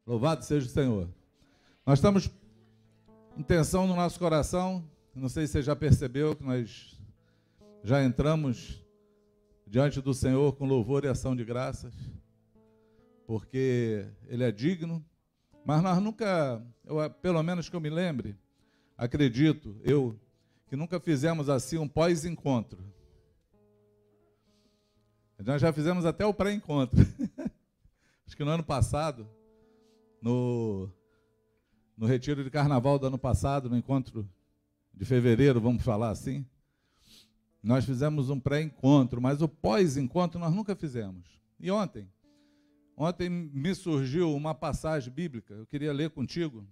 Louvado seja o Senhor. Nós estamos em tensão no nosso coração. Não sei se você já percebeu que nós já entramos diante do Senhor com louvor e ação de graças, porque Ele é digno. Mas nós nunca, pelo menos que eu me lembre, acredito, que nunca fizemos assim um pós-encontro. Nós já fizemos até o pré-encontro. Acho que no ano passado, no retiro de carnaval do ano passado, no encontro de fevereiro, vamos falar assim, nós fizemos um pré-encontro, mas o pós-encontro nós nunca fizemos. E ontem me surgiu uma passagem bíblica, eu queria ler contigo,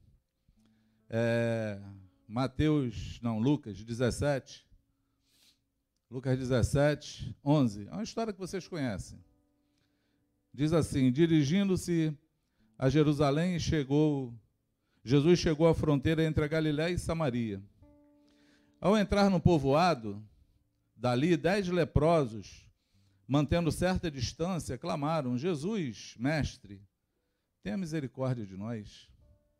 Lucas 17, Lucas 17, 11, é uma história que vocês conhecem. Diz assim: dirigindo-se a Jerusalém, Jesus chegou à fronteira entre a Galiléia e Samaria. Ao entrar no povoado, dali 10 leprosos, mantendo certa distância, clamaram: Jesus, mestre, tenha misericórdia de nós.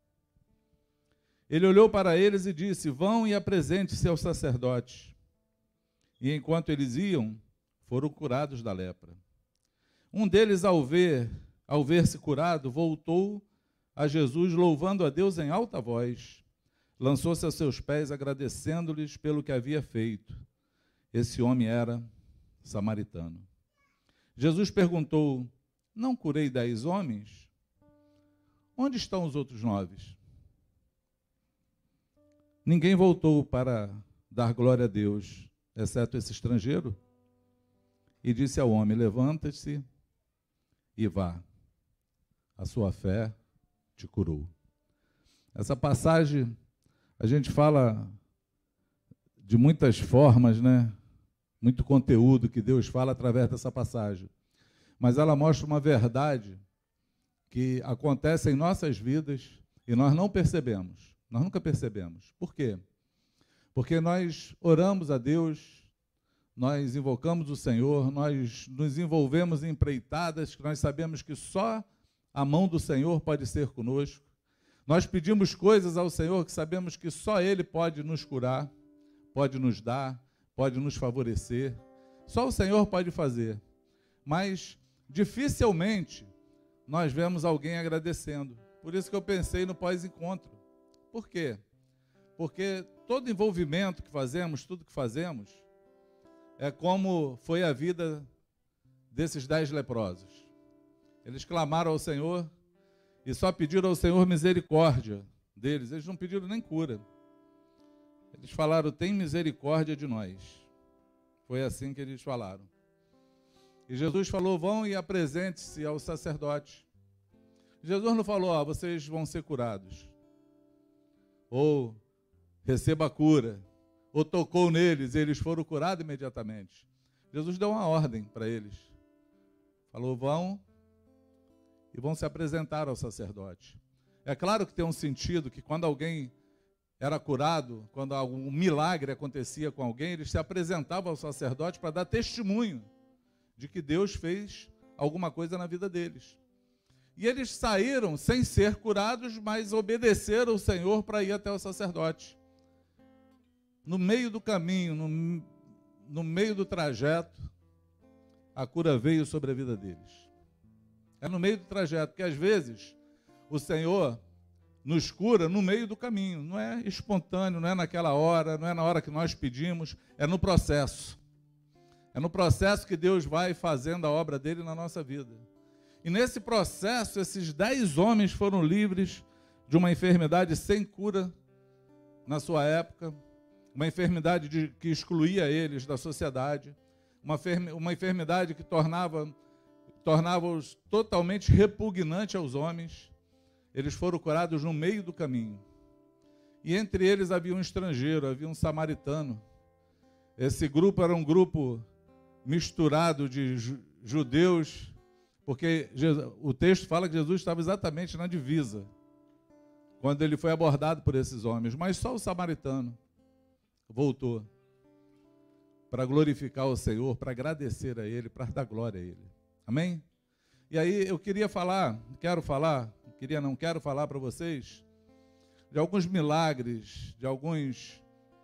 Ele olhou para eles e disse: vão e apresente-se aos sacerdotes. E enquanto eles iam, foram curados da lepra. Um deles, ao ver-se curado, voltou a Jesus, louvando a Deus em alta voz. Lançou-se a seus pés, agradecendo-lhes pelo que havia feito. Esse homem era samaritano. Jesus perguntou: não curei 10 homens? Onde estão os outros 9? Ninguém voltou para dar glória a Deus, exceto esse estrangeiro. E disse ao homem: levanta-se e vá, a sua fé te curou. Essa passagem, a gente fala de muitas formas, né? Muito conteúdo que Deus fala através dessa passagem. Mas ela mostra uma verdade que acontece em nossas vidas e nós não percebemos. Nós nunca percebemos. Por quê? Porque nós oramos a Deus, nós invocamos o Senhor, nós nos envolvemos em empreitadas que nós sabemos que só a mão do Senhor pode ser conosco. Nós pedimos coisas ao Senhor que sabemos que só Ele pode nos curar, pode nos dar, pode nos favorecer. Só o Senhor pode fazer. Mas dificilmente nós vemos alguém agradecendo. Por isso que eu pensei no pós-encontro. Por quê? Porque todo envolvimento que fazemos, tudo que fazemos, é como foi a vida desses 10 leprosos. Eles clamaram ao Senhor e só pediram ao Senhor misericórdia deles. Eles não pediram nem cura. Eles falaram: tem misericórdia de nós. Foi assim que eles falaram. E Jesus falou: vão e apresente-se ao sacerdote. Jesus não falou: vocês vão ser curados. Ou receba a cura. Ou tocou neles e eles foram curados imediatamente. Jesus deu uma ordem para eles. Falou: vão e vão se apresentar ao sacerdote. É claro que tem um sentido que quando alguém era curado, quando algum milagre acontecia com alguém, eles se apresentavam ao sacerdote para dar testemunho de que Deus fez alguma coisa na vida deles. E eles saíram sem ser curados, mas obedeceram ao Senhor para ir até o sacerdote. No meio do caminho, no meio do trajeto, a cura veio sobre a vida deles. É no meio do trajeto, porque às vezes o Senhor nos cura no meio do caminho. Não é espontâneo, não é naquela hora, não é na hora que nós pedimos, é no processo. É no processo que Deus vai fazendo a obra dele na nossa vida. E nesse processo, esses 10 homens foram livres de uma enfermidade sem cura na sua época, uma enfermidade que excluía eles da sociedade, uma enfermidade que tornava-os totalmente repugnante aos homens. Eles foram curados no meio do caminho. E entre eles havia um estrangeiro, havia um samaritano. Esse grupo era um grupo misturado de judeus, porque o texto fala que Jesus estava exatamente na divisa, quando ele foi abordado por esses homens. Mas só o samaritano voltou para glorificar o Senhor, para agradecer a Ele, para dar glória a Ele. Amém? E aí eu quero falar quero falar para vocês de alguns milagres, de algumas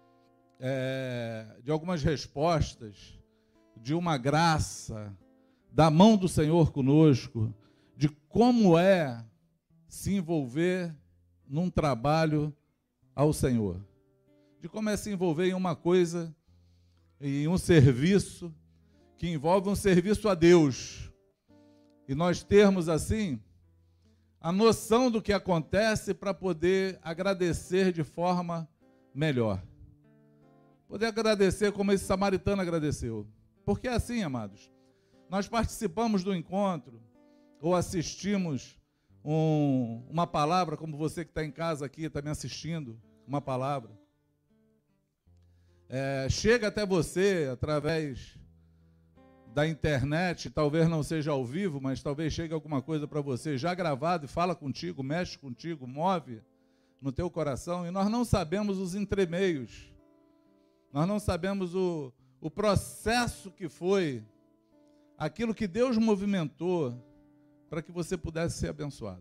respostas, de uma graça, da mão do Senhor conosco, de como é se envolver num trabalho ao Senhor, de como é se envolver em uma coisa, em um serviço, que envolve um serviço a Deus, e nós termos assim a noção do que acontece para poder agradecer de forma melhor. Poder agradecer como esse samaritano agradeceu. Porque é assim, amados, nós participamos do encontro, ou assistimos uma palavra, como você que está em casa aqui, está me assistindo, uma palavra. Chega até você através da internet, talvez não seja ao vivo, mas talvez chegue alguma coisa para você já gravado e fala contigo, mexe contigo, move no teu coração, e nós não sabemos os entremeios, nós não sabemos o processo que foi, aquilo que Deus movimentou para que você pudesse ser abençoado.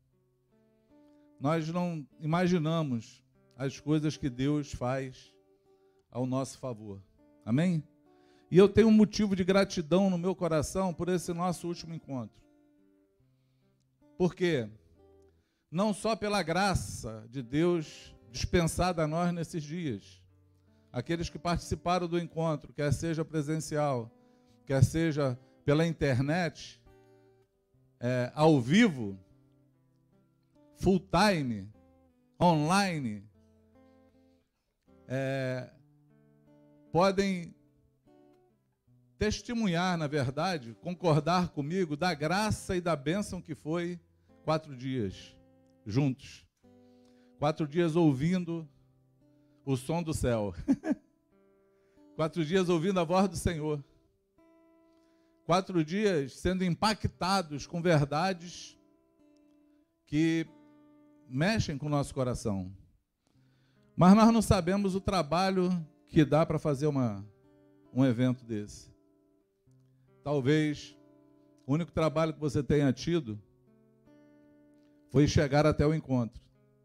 Nós não imaginamos as coisas que Deus faz ao nosso favor. Amém? E eu tenho um motivo de gratidão no meu coração por esse nosso último encontro. Por quê? Não só pela graça de Deus dispensada a nós nesses dias. Aqueles que participaram do encontro, quer seja presencial, quer seja pela internet, ao vivo, full time, online, podem testemunhar, na verdade, concordar comigo da graça e da bênção que foi 4 dias juntos. 4 dias ouvindo o som do céu. 4 dias ouvindo a voz do Senhor. 4 dias sendo impactados com verdades que mexem com o nosso coração. Mas nós não sabemos o trabalho que dá para fazer um evento desse. Talvez o único trabalho que você tenha tido foi chegar até o encontro.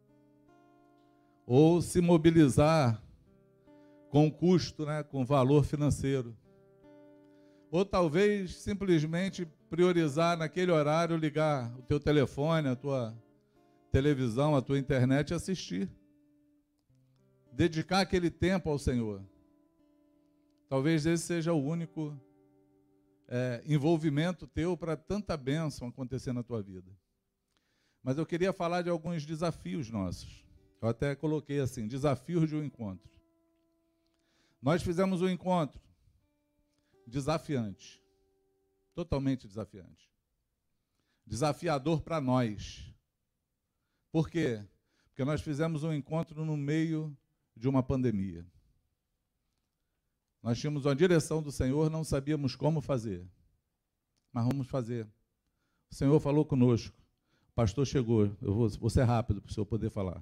Ou se mobilizar com custo, com valor financeiro. Ou talvez simplesmente priorizar naquele horário, ligar o teu telefone, a tua televisão, a tua internet e assistir. Dedicar aquele tempo ao Senhor. Talvez esse seja o único envolvimento teu para tanta bênção acontecer na tua vida. Mas eu queria falar de alguns desafios nossos. Eu até coloquei assim, desafios de um encontro. Nós fizemos um encontro desafiante, totalmente desafiante. Desafiador para nós. Por quê? Porque nós fizemos um encontro no meio de uma pandemia. Nós tínhamos uma direção do Senhor, não sabíamos como fazer. Mas vamos fazer. O Senhor falou conosco. O pastor chegou. Eu vou ser rápido para o senhor poder falar.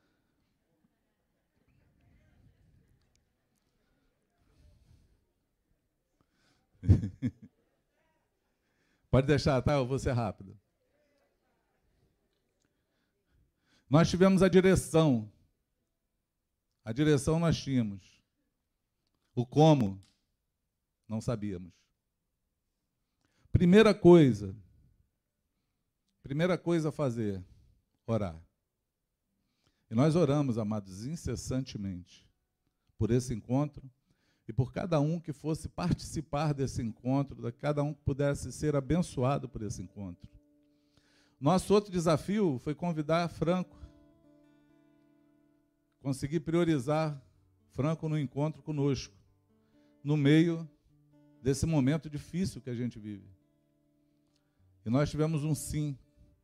Pode deixar, tá? Eu vou ser rápido. Nós tivemos a direção. A direção nós tínhamos. O como, não sabíamos. Primeira coisa a fazer, orar. E nós oramos, amados, incessantemente por esse encontro e por cada um que fosse participar desse encontro, cada um que pudesse ser abençoado por esse encontro. Nosso outro desafio foi convidar Franco. Conseguir priorizar Franco no encontro conosco, no meio desse momento difícil que a gente vive. E nós tivemos um sim.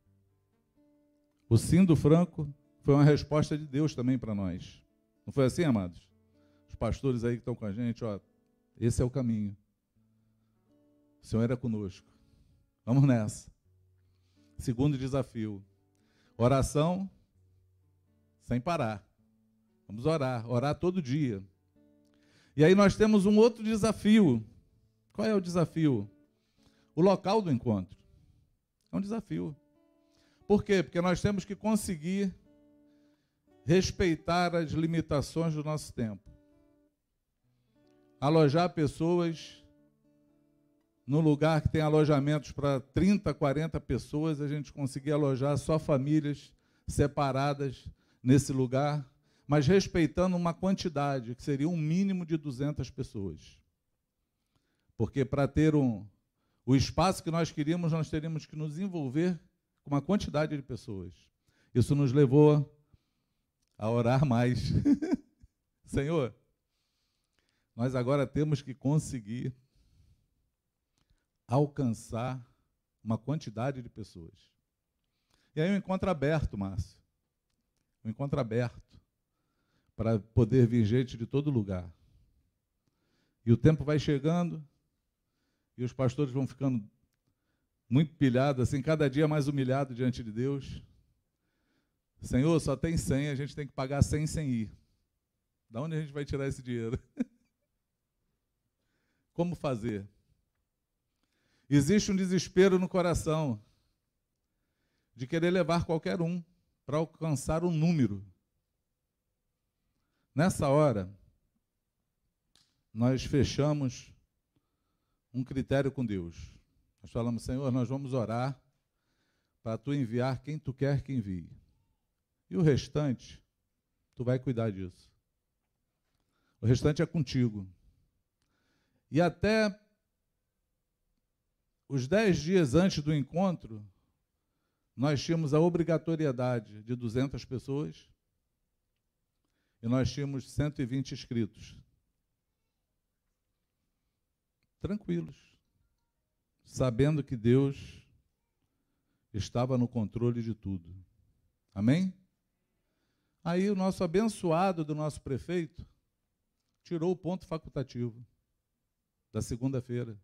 O sim do Franco foi uma resposta de Deus também para nós. Não foi assim, amados? Os pastores aí que estão com a gente, esse é o caminho. O Senhor é conosco. Vamos nessa. Segundo desafio, oração sem parar. Vamos orar todo dia. E aí nós temos um outro desafio. Qual é o desafio? O local do encontro. É um desafio. Por quê? Porque nós temos que conseguir respeitar as limitações do nosso tempo. Alojar pessoas no lugar que tem alojamentos para 30, 40 pessoas, a gente conseguir alojar só famílias separadas nesse lugar, mas respeitando uma quantidade, que seria um mínimo de 200 pessoas. Porque para ter o espaço que nós queríamos, nós teríamos que nos envolver com uma quantidade de pessoas. Isso nos levou a orar mais. Senhor, nós agora temos que conseguir alcançar uma quantidade de pessoas. E aí um encontro aberto, Márcio. Um encontro aberto para poder vir gente de todo lugar. E o tempo vai chegando e os pastores vão ficando muito pilhados, assim, cada dia mais humilhados diante de Deus. Senhor, só tem 100, a gente tem que pagar 100 sem ir. Da onde a gente vai tirar esse dinheiro? Como fazer? Existe um desespero no coração de querer levar qualquer um para alcançar um número. Nessa hora, nós fechamos um critério com Deus. Nós falamos, Senhor, nós vamos orar para Tu enviar quem Tu quer que envie. E o restante, Tu vai cuidar disso. O restante é contigo. E até os 10 dias antes do encontro, nós tínhamos a obrigatoriedade de 200 pessoas e nós tínhamos 120 inscritos. Tranquilos, sabendo que Deus estava no controle de tudo. Amém? Aí o nosso abençoado do nosso prefeito tirou o ponto facultativo da segunda-feira.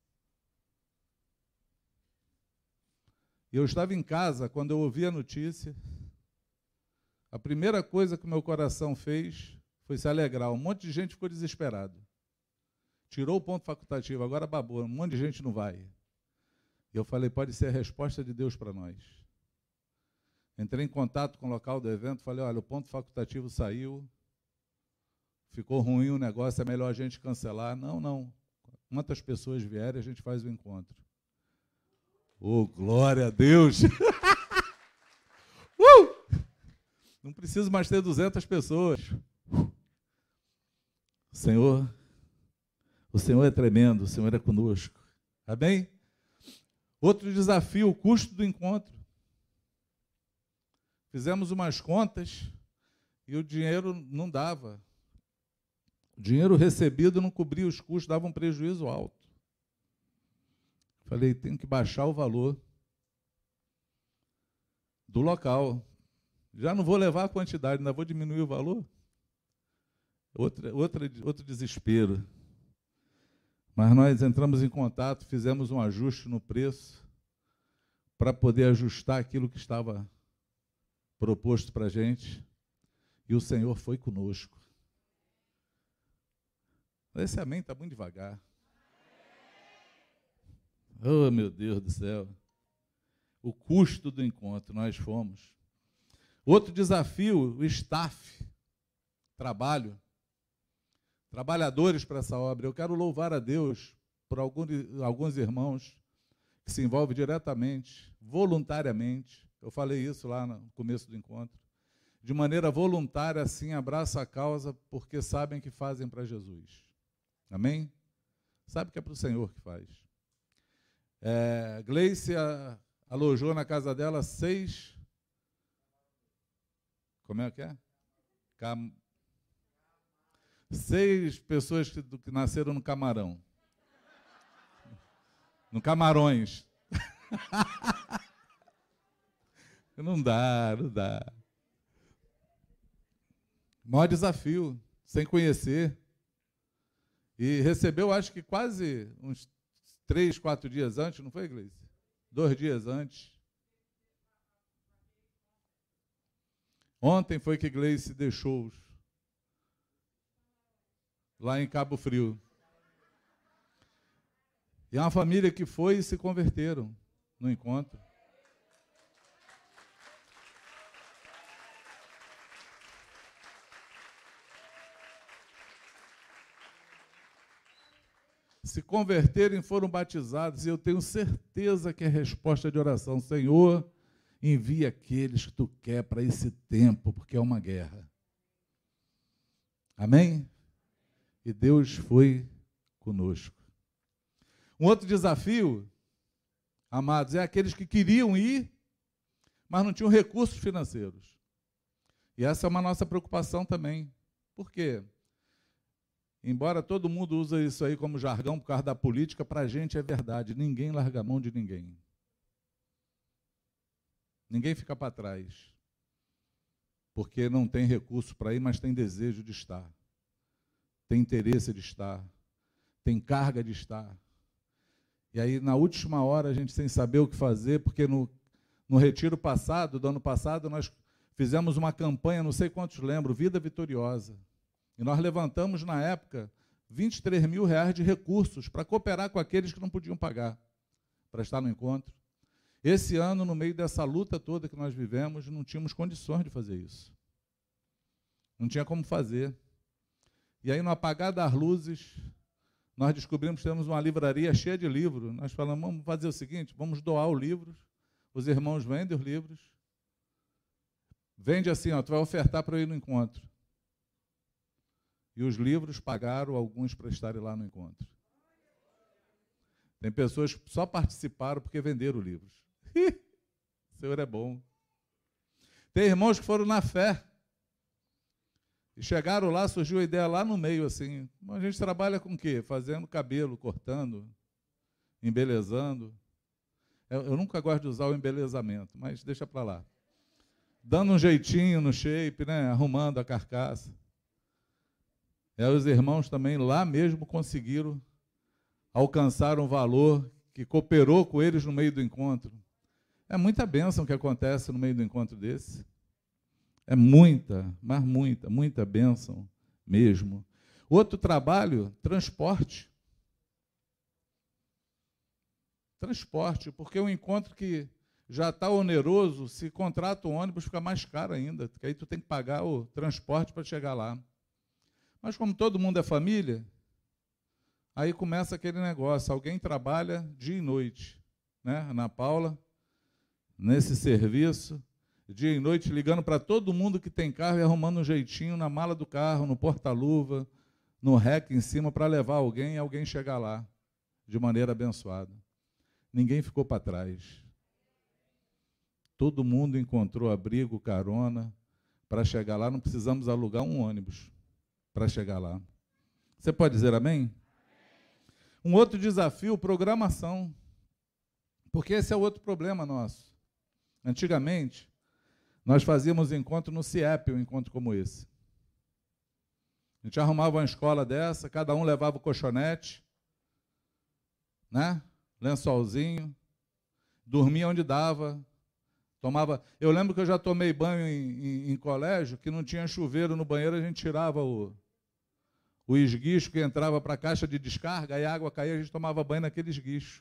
E eu estava em casa, quando eu ouvi a notícia, a primeira coisa que o meu coração fez foi se alegrar. Um monte de gente ficou desesperado. Tirou o ponto facultativo, agora babou, um monte de gente não vai. E eu falei, pode ser a resposta de Deus para nós. Entrei em contato com o local do evento, falei, olha, o ponto facultativo saiu, ficou ruim o negócio, é melhor a gente cancelar. Não. Quantas pessoas vierem, a gente faz o encontro. Oh, glória a Deus! Não preciso mais ter 200 pessoas. Senhor, o Senhor é tremendo, o Senhor é conosco. Amém? Outro desafio, o custo do encontro. Fizemos umas contas e o dinheiro não dava. O dinheiro recebido não cobria os custos, dava um prejuízo alto. Falei, tem que baixar o valor do local. Já não vou levar a quantidade, ainda vou diminuir o valor. Outro desespero. Mas nós entramos em contato, fizemos um ajuste no preço para poder ajustar aquilo que estava proposto para a gente. E o Senhor foi conosco. Esse amém está muito devagar. Oh, meu Deus do céu. O custo do encontro, nós fomos. Outro desafio, o staff, trabalho. Trabalhadores para essa obra. Eu quero louvar a Deus por alguns irmãos que se envolvem diretamente, voluntariamente. Eu falei isso lá no começo do encontro. De maneira voluntária, assim, abraça a causa, porque sabem que fazem para Jesus. Amém? Sabe que é para o Senhor que faz. Gleice alojou na casa dela 6... Como é que é? 6 pessoas que nasceram no Camarão. No Camarões. Não dá. Maior desafio, sem conhecer. E recebeu, acho que quase uns 3, 4 dias antes, não foi, Gleice? 2 dias antes. Ontem foi que Gleice deixou lá em Cabo Frio. E é uma família que foi e se converteram no encontro. se converteram e foram batizados, e eu tenho certeza que a resposta de oração, Senhor, envia aqueles que tu quer para esse tempo, porque é uma guerra. Amém? E Deus foi conosco. Um outro desafio, amados, é aqueles que queriam ir, mas não tinham recursos financeiros. E essa é uma nossa preocupação também. Por quê? Embora todo mundo use isso aí como jargão por causa da política, para a gente é verdade. Ninguém larga a mão de ninguém. Ninguém fica para trás. Porque não tem recurso para ir, mas tem desejo de estar. Tem interesse de estar. Tem carga de estar. E aí, na última hora, a gente sem saber o que fazer, porque no retiro passado, do ano passado, nós fizemos uma campanha, não sei quantos lembram, Vida Vitoriosa. E nós levantamos, na época, R$23 mil de recursos para cooperar com aqueles que não podiam pagar, para estar no encontro. Esse ano, no meio dessa luta toda que nós vivemos, não tínhamos condições de fazer isso. Não tinha como fazer. E aí, no apagar das luzes, nós descobrimos que temos uma livraria cheia de livros. Nós falamos, vamos fazer o seguinte, vamos doar os livros. Os irmãos vendem os livros. Vende assim, ó, tu vai ofertar para eu ir no encontro. E os livros pagaram alguns para estarem lá no encontro. Tem pessoas que só participaram porque venderam livros. O Senhor é bom. Tem irmãos que foram na fé. E chegaram lá, surgiu a ideia lá no meio, assim. A gente trabalha com o quê? Fazendo cabelo, cortando, embelezando. Eu nunca gosto de usar o embelezamento, mas deixa para lá. Dando um jeitinho no shape, né? Arrumando a carcaça. E aí os irmãos também lá mesmo conseguiram alcançar um valor que cooperou com eles no meio do encontro. É muita bênção que acontece no meio do encontro desse. É muita, mas muita bênção mesmo. Outro trabalho, transporte. Transporte, porque um encontro que já está oneroso, se contrata um ônibus, fica mais caro ainda, porque aí tu tem que pagar o transporte para chegar lá. Mas como todo mundo é família, aí começa aquele negócio, alguém trabalha dia e noite, né? Ana Paula, nesse serviço, dia e noite, ligando para todo mundo que tem carro e arrumando um jeitinho na mala do carro, no porta-luva, no rec em cima, para levar alguém e alguém chegar lá, de maneira abençoada. Ninguém ficou para trás. Todo mundo encontrou abrigo, carona, para chegar lá, não precisamos alugar um ônibus para chegar lá. Você pode dizer amém? Um outro desafio, programação. Porque esse é o outro problema nosso. Antigamente, nós fazíamos encontro no CIEP, um encontro como esse. A gente arrumava uma escola dessa, cada um levava o colchonete, né? Lençolzinho, dormia onde dava, tomava... Eu lembro que eu já tomei banho em colégio, que não tinha chuveiro no banheiro, a gente tirava o esguicho que entrava para a caixa de descarga, aí a água caía, a gente tomava banho naquele esguicho.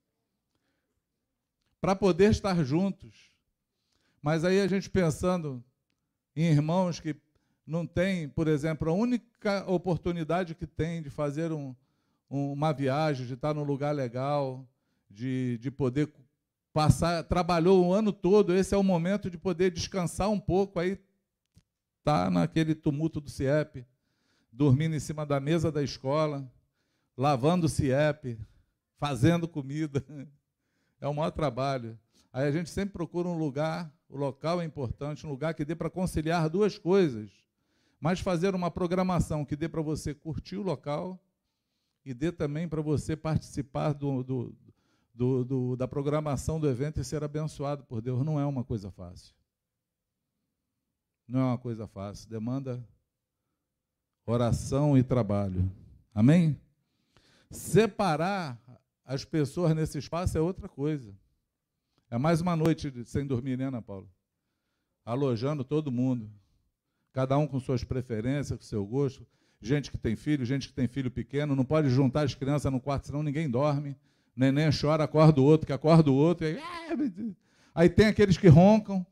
Para poder estar juntos. Mas aí a gente pensando em irmãos que não têm, por exemplo, a única oportunidade que tem de fazer uma viagem, de estar num lugar legal, de poder passar, trabalhou o ano todo, esse é o momento de poder descansar um pouco, aí está naquele tumulto do CIEP, dormindo em cima da mesa da escola, lavando o CIEP, fazendo comida. É o maior trabalho. Aí a gente sempre procura um lugar, o local é importante, um lugar que dê para conciliar duas coisas, mas fazer uma programação que dê para você curtir o local e dê também para você participar da programação do evento e ser abençoado por Deus. Não é uma coisa fácil. Não é uma coisa fácil. Demanda oração e trabalho. Amém? Separar as pessoas nesse espaço é outra coisa. É mais uma noite sem dormir, né, Ana Paula? Alojando todo mundo. Cada um com suas preferências, com seu gosto. Gente que tem filho pequeno. Não pode juntar as crianças no quarto, senão ninguém dorme. Neném chora, acorda o outro, que acorda o outro. Aí tem aqueles que roncam.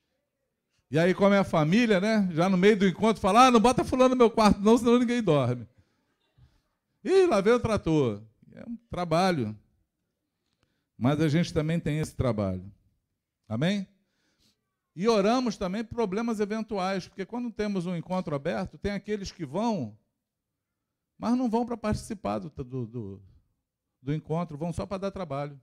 E aí, como é a família, né? Já no meio do encontro, fala, não bota fulano no meu quarto não, senão ninguém dorme. Ih, lá veio o trator. É um trabalho. Mas a gente também tem esse trabalho. Amém? E oramos também por problemas eventuais, porque quando temos um encontro aberto, tem aqueles que vão, mas não vão para participar do encontro, vão só para dar trabalho.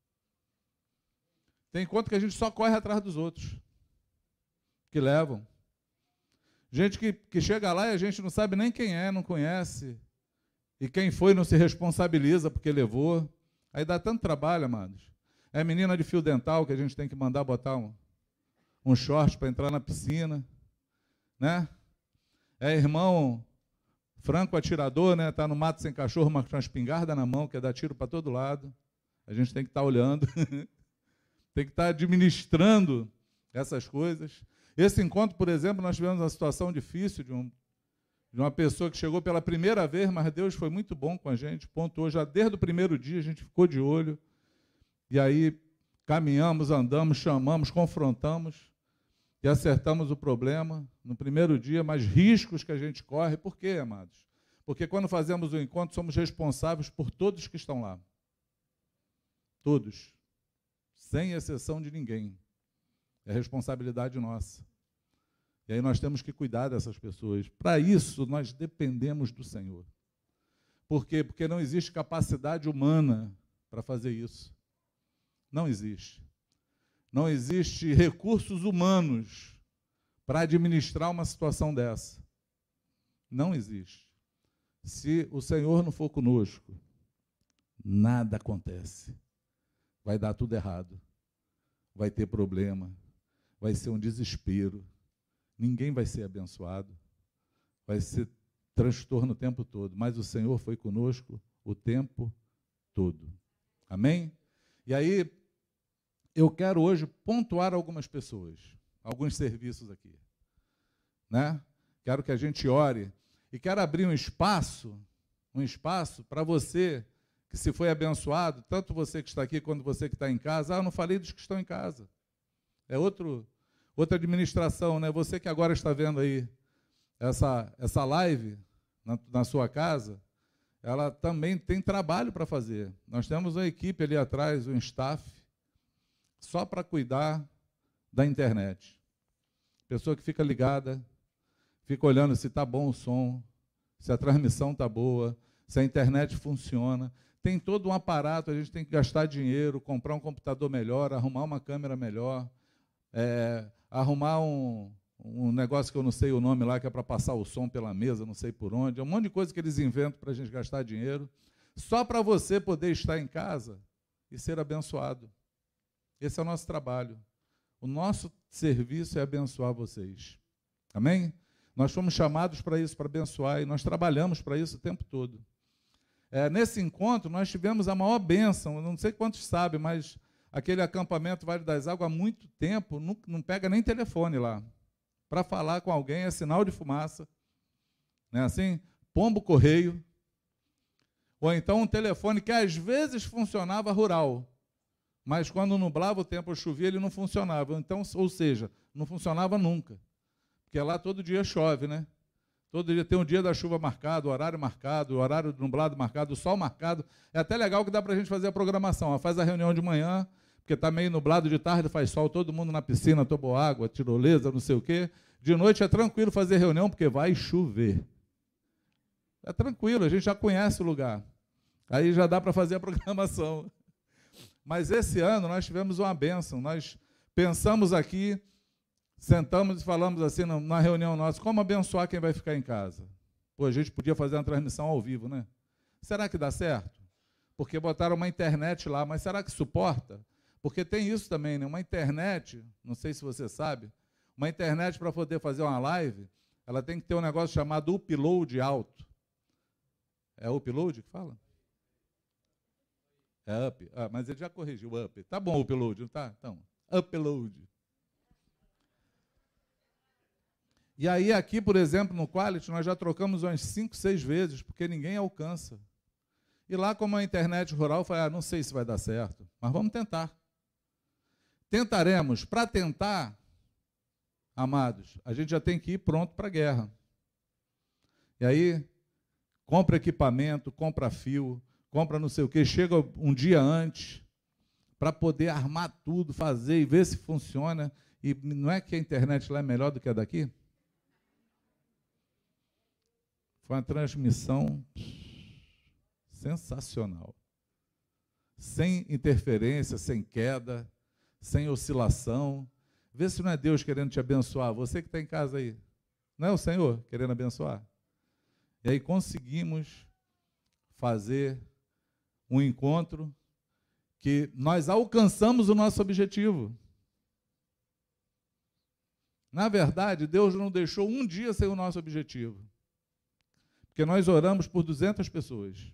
Tem encontro que a gente só corre atrás dos outros, que levam. Gente que chega lá e a gente não sabe nem quem é, não conhece. E quem foi não se responsabiliza porque levou. Aí dá tanto trabalho, amados. É menina de fio dental que a gente tem que mandar botar um short para entrar na piscina, né? É irmão franco atirador, né? Tá no mato sem cachorro, mas com uma espingarda na mão, quer dar tiro para todo lado. A gente tem que estar olhando, tem que estar administrando essas coisas. Esse encontro, por exemplo, nós tivemos uma situação difícil de uma pessoa que chegou pela primeira vez, mas Deus foi muito bom com a gente, pontuou já desde o primeiro dia, a gente ficou de olho, e aí caminhamos, andamos, chamamos, confrontamos, e acertamos o problema no primeiro dia, mas riscos que a gente corre, por quê, amados? Porque quando fazemos o encontro, somos responsáveis por todos que estão lá. Todos. Sem exceção de ninguém. É responsabilidade nossa. E aí nós temos que cuidar dessas pessoas. Para isso, nós dependemos do Senhor. Por quê? Porque não existe capacidade humana para fazer isso. Não existe. Não existe recursos humanos para administrar uma situação dessa. Não existe. Se o Senhor não for conosco, nada acontece. Vai dar tudo errado. Vai ter problema. Vai ser um desespero. Ninguém vai ser abençoado. Vai ser transtorno o tempo todo. Mas o Senhor foi conosco o tempo todo. Amém? E aí, eu quero hoje pontuar algumas pessoas, alguns serviços aqui, né? Quero que a gente ore e quero abrir um espaço para você que se foi abençoado, tanto você que está aqui quanto você que está em casa. Eu não falei dos que estão em casa. É outra administração, né? Você que agora está vendo aí essa live na sua casa, ela também tem trabalho para fazer. Nós temos uma equipe ali atrás, um staff, só para cuidar da internet. Pessoa que fica ligada, fica olhando se está bom o som, se a transmissão está boa, se a internet funciona. Tem todo um aparato, a gente tem que gastar dinheiro, comprar um computador melhor, arrumar uma câmera melhor, arrumar um negócio que eu não sei o nome lá, que é para passar o som pela mesa, não sei por onde. É um monte de coisa que eles inventam para a gente gastar dinheiro, só para você poder estar em casa e ser abençoado. Esse é o nosso trabalho. O nosso serviço é abençoar vocês. Amém? Nós fomos chamados para isso, para abençoar, e nós trabalhamos para isso o tempo todo. Nesse encontro, nós tivemos a maior bênção, eu não sei quantos sabem, mas aquele acampamento Vale das Águas, há muito tempo, não pega nem telefone lá. Para falar com alguém é sinal de fumaça, não é assim? Pombo correio, ou então um telefone que às vezes funcionava rural, mas quando nublava o tempo ou chovia, ele não funcionava. Então, ou seja, não funcionava nunca. Porque lá todo dia chove, né? Todo dia tem um dia da chuva marcado, o horário nublado marcado, o sol marcado. É até legal que dá para a gente fazer a programação. Faz a reunião de manhã, porque está meio nublado, de tarde faz sol, todo mundo na piscina, tomou água, tirolesa, não sei o quê. De noite é tranquilo fazer reunião, porque vai chover. É tranquilo, a gente já conhece o lugar. Aí já dá para fazer a programação. Mas esse ano nós tivemos uma bênção. Nós pensamos aqui, sentamos e falamos assim na reunião nossa, como abençoar quem vai ficar em casa? Pô, a gente podia fazer uma transmissão ao vivo, né? Será que dá certo? Porque botaram uma internet lá, mas será que suporta? Porque tem isso também, né? Uma internet, não sei se você sabe, uma internet para poder fazer uma live, ela tem que ter um negócio chamado upload alto. É upload que fala? É up. Mas ele já corrigiu o up. Tá bom o upload, não tá? Então, upload. E aí aqui, por exemplo, no Quality, nós já trocamos umas 5, 6 vezes, porque ninguém alcança. E lá, como a internet rural, eu falei, não sei se vai dar certo, mas vamos tentar. Tentaremos. Para tentar, amados, a gente já tem que ir pronto para a guerra. E aí, compra equipamento, compra fio, compra não sei o quê, chega um dia antes para poder armar tudo, fazer e ver se funciona. E não é que a internet lá é melhor do que a daqui? Foi uma transmissão sensacional. Sem interferência, sem queda, sem oscilação. Vê se não é Deus querendo te abençoar. Você que está em casa aí. Não é o Senhor querendo abençoar? E aí conseguimos fazer um encontro que nós alcançamos o nosso objetivo. Na verdade, Deus não deixou um dia sem o nosso objetivo. Porque nós oramos por 200 pessoas.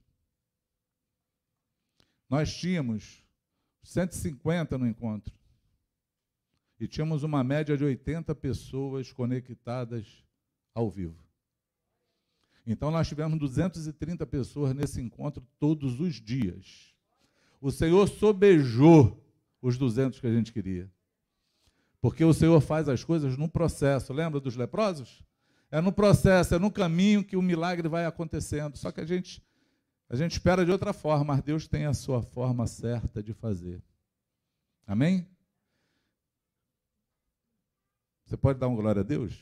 Nós tínhamos 150 no encontro. E tínhamos uma média de 80 pessoas conectadas ao vivo. Então nós tivemos 230 pessoas nesse encontro todos os dias. O Senhor sobejou os 200 que a gente queria. Porque o Senhor faz as coisas num processo. Lembra dos leprosos? É no processo, é no caminho que o milagre vai acontecendo. Só que a gente espera de outra forma, mas Deus tem a sua forma certa de fazer. Amém? Você pode dar uma glória a Deus?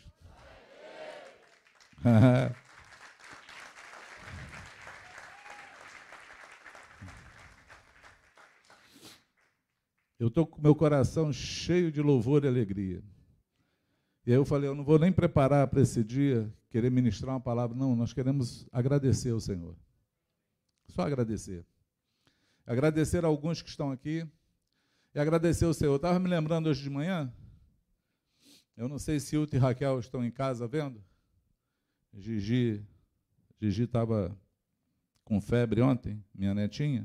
Eu estou com meu coração cheio de louvor e alegria. E aí eu falei, eu não vou nem preparar para esse dia, querer ministrar uma palavra. Não, nós queremos agradecer ao Senhor. Só agradecer. Agradecer a alguns que estão aqui e agradecer ao Senhor. Eu estava me lembrando hoje de manhã, eu não sei se Hilton e Raquel estão em casa vendo. Gigi estava com febre ontem, minha netinha.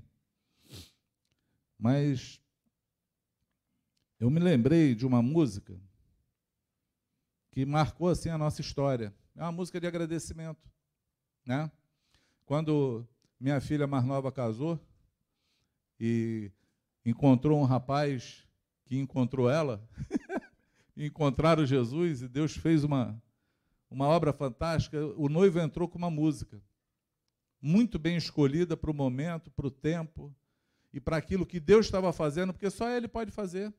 Mas eu me lembrei de uma música que marcou assim a nossa história. É uma música de agradecimento, né? Quando minha filha mais nova casou e encontrou um rapaz que encontrou ela, encontraram Jesus e Deus fez uma obra fantástica. O noivo entrou com uma música muito bem escolhida para o momento, para o tempo e para aquilo que Deus estava fazendo, porque só Ele pode fazer.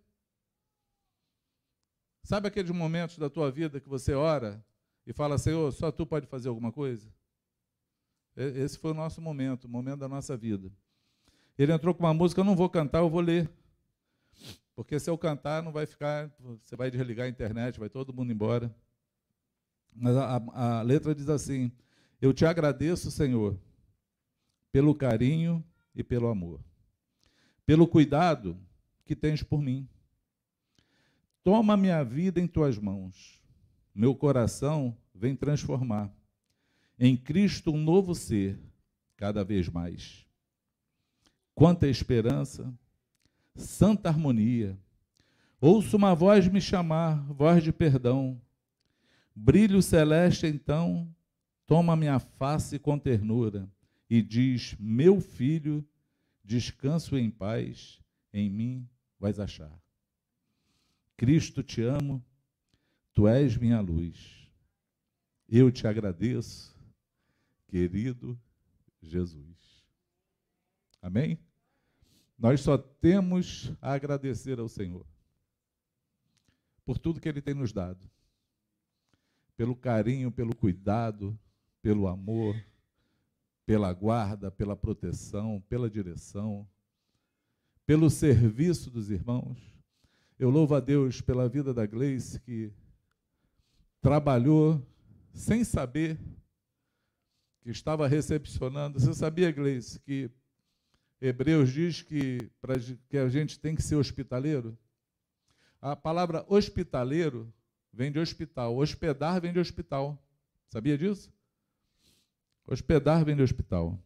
Sabe aqueles momentos da tua vida que você ora e fala, Senhor, só Tu pode fazer alguma coisa? Esse foi o nosso momento, o momento da nossa vida. Ele entrou com uma música, eu não vou cantar, eu vou ler. Porque se eu cantar, não vai ficar, você vai desligar a internet, vai todo mundo embora. Mas a letra diz assim, eu te agradeço, Senhor, pelo carinho e pelo amor, pelo cuidado que tens por mim. Toma minha vida em tuas mãos, meu coração vem transformar em Cristo um novo ser, cada vez mais. Quanta esperança, santa harmonia, ouço uma voz me chamar, voz de perdão, brilho celeste então, toma minha face com ternura e diz, meu filho, descanso em paz, em mim vais achar. Cristo, te amo, Tu és minha luz. Eu te agradeço, querido Jesus. Amém? Nós só temos a agradecer ao Senhor por tudo que Ele tem nos dado. Pelo carinho, pelo cuidado, pelo amor, pela guarda, pela proteção, pela direção, pelo serviço dos irmãos. Eu louvo a Deus pela vida da Gleice, que trabalhou sem saber que estava recepcionando. Você sabia, Gleice, que Hebreus diz que a gente tem que ser hospitaleiro? A palavra hospitaleiro vem de hospital. Hospedar vem de hospital. Sabia disso? Hospedar vem de hospital.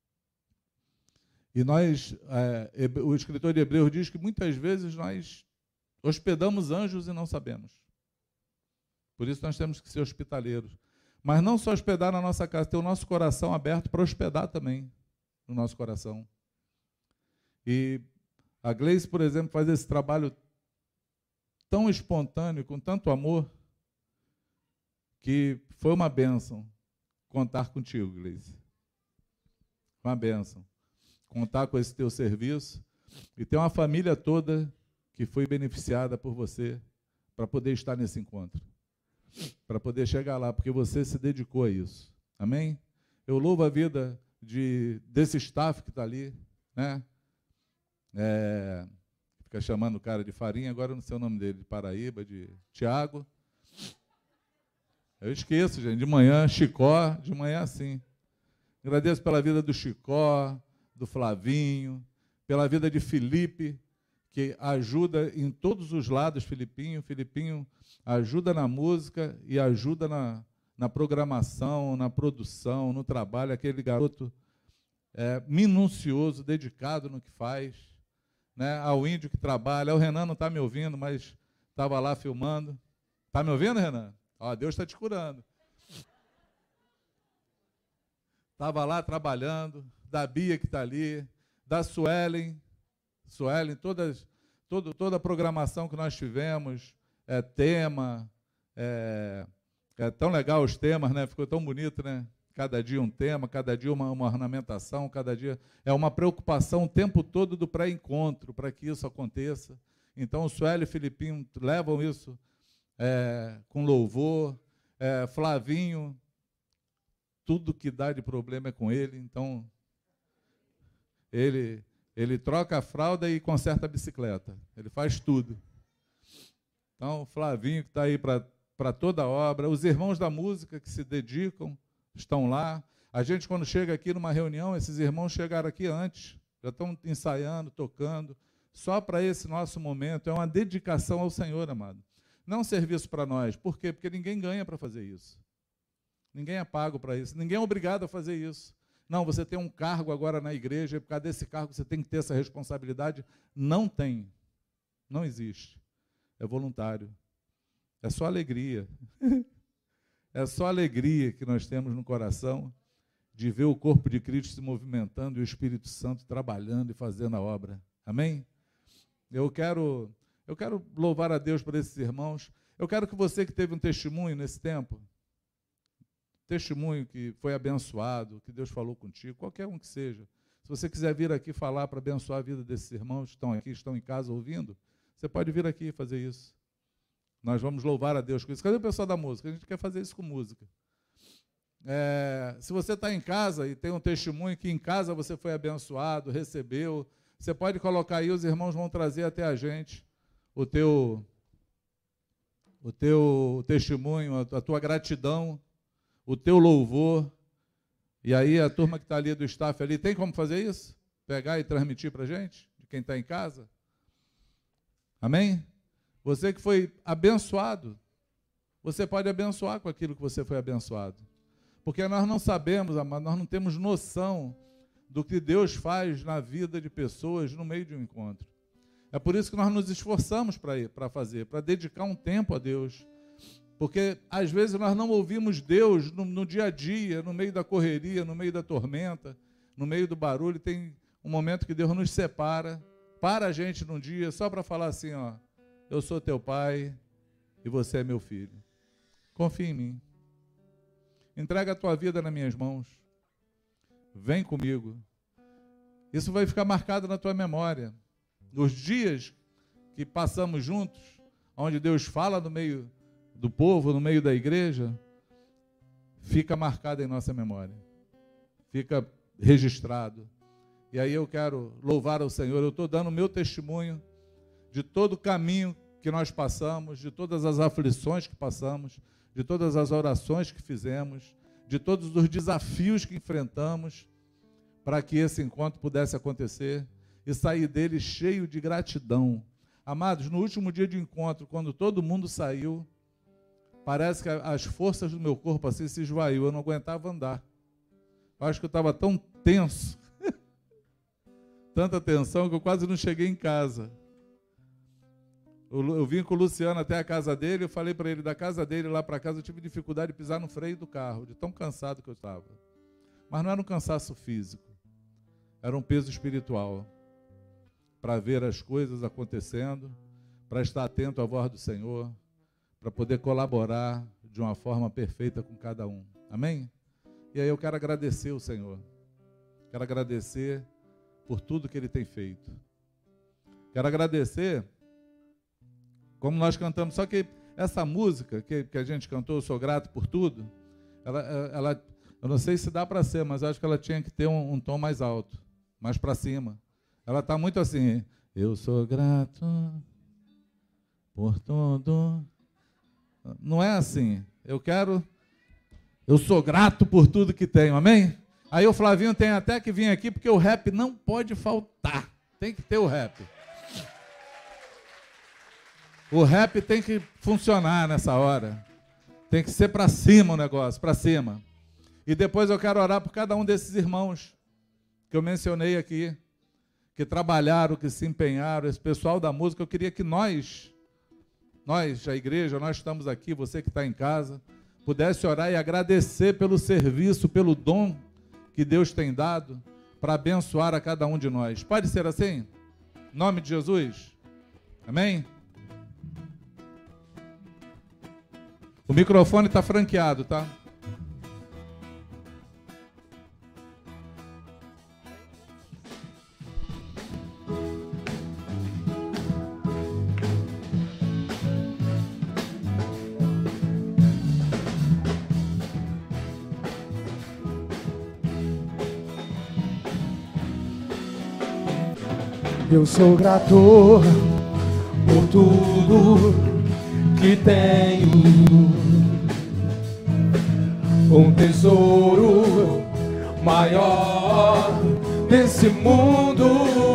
E o escritor de Hebreus diz que muitas vezes nós hospedamos anjos e não sabemos. Por isso nós temos que ser hospitaleiros. Mas não só hospedar na nossa casa, ter o nosso coração aberto para hospedar também no nosso coração. E a Gleice, por exemplo, faz esse trabalho tão espontâneo, com tanto amor, que foi uma bênção contar contigo, Gleice. uma bênção. Contar com esse teu serviço e ter uma família toda que foi beneficiada por você para poder estar nesse encontro, para poder chegar lá, porque você se dedicou a isso. Amém? Eu louvo a vida desse staff que está ali, né? Fica chamando o cara de Farinha, agora eu não sei o nome dele, de Paraíba, de Tiago. Eu esqueço, gente, de manhã, Chicó, de manhã assim. Agradeço pela vida do Chicó, do Flavinho, pela vida de Felipe, que ajuda em todos os lados, Filipinho ajuda na música e ajuda na programação, na produção, no trabalho, aquele garoto minucioso, dedicado no que faz, né? Ao índio que trabalha, o Renan não está me ouvindo, mas estava lá filmando. Está me ouvindo, Renan? Ó, Deus está te curando. Estava lá trabalhando, da Bia que está ali, da Suelen, toda a programação que nós tivemos, tema, é tão legal os temas, né? Ficou tão bonito, né? Cada dia um tema, cada dia uma ornamentação, cada dia é uma preocupação o tempo todo do pré-encontro, para que isso aconteça. Então, o Sueli e o Filipinho levam isso com louvor, Flavinho, tudo que dá de problema é com ele, então ele troca a fralda e conserta a bicicleta, ele faz tudo. Então, o Flavinho que está aí para toda a obra, os irmãos da música que se dedicam, estão lá. A gente, quando chega aqui numa reunião, esses irmãos chegaram aqui antes, já estão ensaiando, tocando, só para esse nosso momento. É uma dedicação ao Senhor, amado. Não um serviço para nós. Por quê? Porque ninguém ganha para fazer isso. Ninguém é pago para isso. Ninguém é obrigado a fazer isso. Não, você tem um cargo agora na igreja, e por causa desse cargo você tem que ter essa responsabilidade. Não tem. Não existe. É voluntário. É só alegria. É só alegria que nós temos no coração de ver o corpo de Cristo se movimentando e o Espírito Santo trabalhando e fazendo a obra. Amém? Eu quero louvar a Deus por esses irmãos. Eu quero que você que teve um testemunho nesse tempo, testemunho que foi abençoado, que Deus falou contigo, qualquer um que seja, se você quiser vir aqui falar para abençoar a vida desses irmãos que estão aqui, estão em casa ouvindo, você pode vir aqui e fazer isso. Nós vamos louvar a Deus com isso. Cadê o pessoal da música? A gente quer fazer isso com música. Se você está em casa e tem um testemunho que em casa você foi abençoado, recebeu, você pode colocar aí, os irmãos vão trazer até a gente o teu testemunho, a tua gratidão, o teu louvor. E aí a turma que está ali do staff ali, tem como fazer isso? Pegar e transmitir para a gente, de quem está em casa? Amém? Você que foi abençoado, você pode abençoar com aquilo que você foi abençoado. Porque nós não sabemos, amado, nós não temos noção do que Deus faz na vida de pessoas no meio de um encontro. É por isso que nós nos esforçamos para fazer, para dedicar um tempo a Deus. Porque às vezes nós não ouvimos Deus no dia a dia, no meio da correria, no meio da tormenta, no meio do barulho. Tem um momento que Deus nos separa, para a gente num dia, só para falar assim, ó, eu sou teu pai e você é meu filho. Confia em mim. Entrega a tua vida nas minhas mãos. Vem comigo. Isso vai ficar marcado na tua memória. Os dias que passamos juntos, onde Deus fala no meio do povo, no meio da igreja, fica marcado em nossa memória. Fica registrado. E aí eu quero louvar ao Senhor. Eu estou dando o meu testemunho de todo o caminho que nós passamos, de todas as aflições que passamos, de todas as orações que fizemos, de todos os desafios que enfrentamos, para que esse encontro pudesse acontecer e sair dele cheio de gratidão. Amados, no último dia de encontro, quando todo mundo saiu, parece que as forças do meu corpo assim se esvaiu, eu não aguentava andar. Eu acho que eu estava tão tenso, tanta tensão, que eu quase não cheguei em casa. Eu vim com o Luciano até a casa dele, eu falei para ele, da casa dele lá para casa, eu tive dificuldade de pisar no freio do carro, de tão cansado que eu estava. Mas não era um cansaço físico, era um peso espiritual, para ver as coisas acontecendo, para estar atento à voz do Senhor, para poder colaborar de uma forma perfeita com cada um. Amém? E aí eu quero agradecer o Senhor. Quero agradecer por tudo que Ele tem feito. Quero agradecer, como nós cantamos, só que essa música que a gente cantou, Eu Sou Grato por Tudo, ela eu não sei se dá para ser, mas acho que ela tinha que ter um tom mais alto, mais para cima. Ela está muito assim, eu sou grato por tudo. Não é assim. Eu sou grato por tudo que tenho, amém? Aí o Flavinho tem até que vir aqui, porque o rap não pode faltar. Tem que ter o rap. O rap tem que funcionar nessa hora. Tem que ser para cima o negócio, para cima. E depois eu quero orar por cada um desses irmãos que eu mencionei aqui, que trabalharam, que se empenharam, esse pessoal da música. Eu queria que nós, a igreja, nós estamos aqui, você que está em casa, pudesse orar e agradecer pelo serviço, pelo dom que Deus tem dado para abençoar a cada um de nós. Pode ser assim? Em nome de Jesus? Amém? O microfone está franqueado, tá? Eu sou grato por tudo que tenho, um tesouro maior desse mundo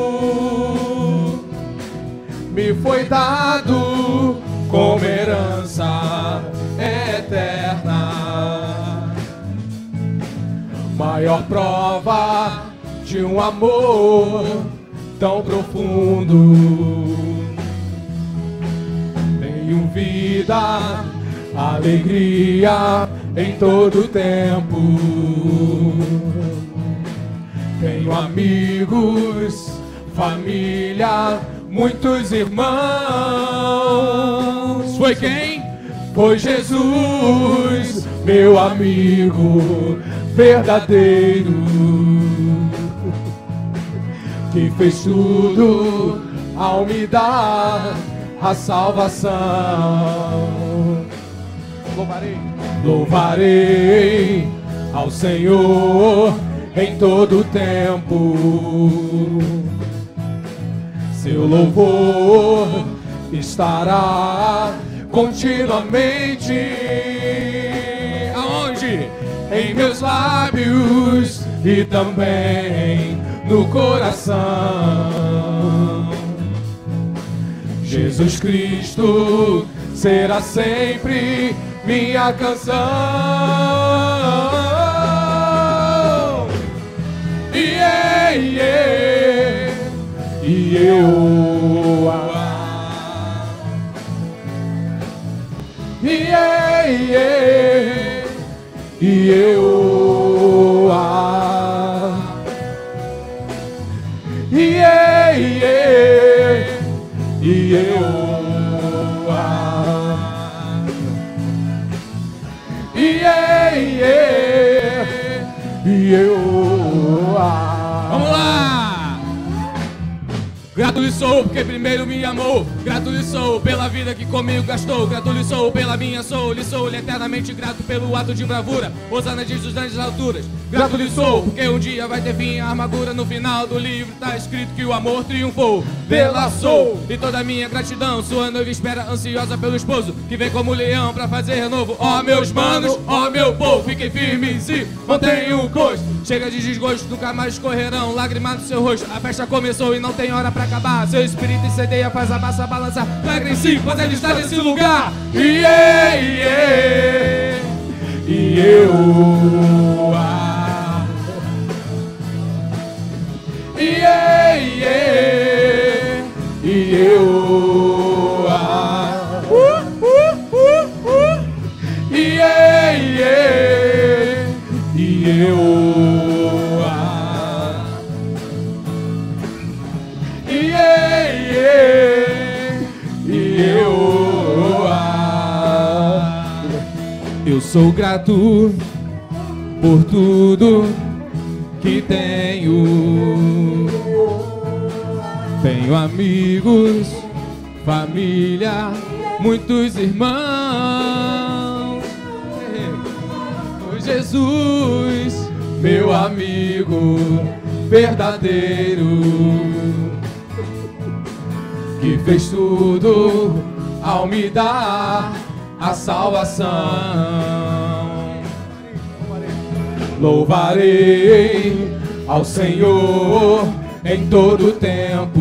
me foi dado como herança eterna, maior prova de um amor tão profundo. Tenho vida, alegria em todo tempo. Tenho amigos, família, muitos irmãos. Foi quem? Foi Jesus, meu amigo verdadeiro, que fez tudo ao me dar a salvação. Louvarei ao Senhor em todo tempo. Seu louvor estará continuamente. Aonde? Em meus lábios e também no coração. Jesus Cristo será sempre minha canção. Yeah, yeah. E eu yeah, yeah. E eu yeah, yeah. E eu yeah, yeah. E eu Vamos lá! Grato lhe sou porque primeiro me amou. Grato lhe sou pela vida que comigo gastou. Grato lhe sou pela minha soul. Lhe sou eternamente grato pelo ato de bravura. Osana diz dos grandes alturas. Grato lhe sou porque um dia vai ter fim a amargura. No final do livro tá escrito que o amor triunfou. Dela sou e toda a minha gratidão. Sua noiva espera ansiosa pelo esposo que vem como leão pra fazer renovo. Ó meus manos, ó meu povo, fiquem firmes e mantenham o gosto. Chega de desgosto, nunca mais escorrerão lágrimas do seu rosto. A festa começou e não tem hora pra acabar. Seu espírito incendeia, faz a massa balançar. Alegra em si, quando ele está nesse lugar. Yeah, yeah. E eu yeah, yeah. E eu yeah, yeah. E eu yeah, yeah. E eu sou grato por tudo que tenho. Tenho amigos, família, muitos irmãos. O Jesus, meu amigo verdadeiro, que fez tudo ao me dar a salvação. Louvarei ao Senhor em todo tempo.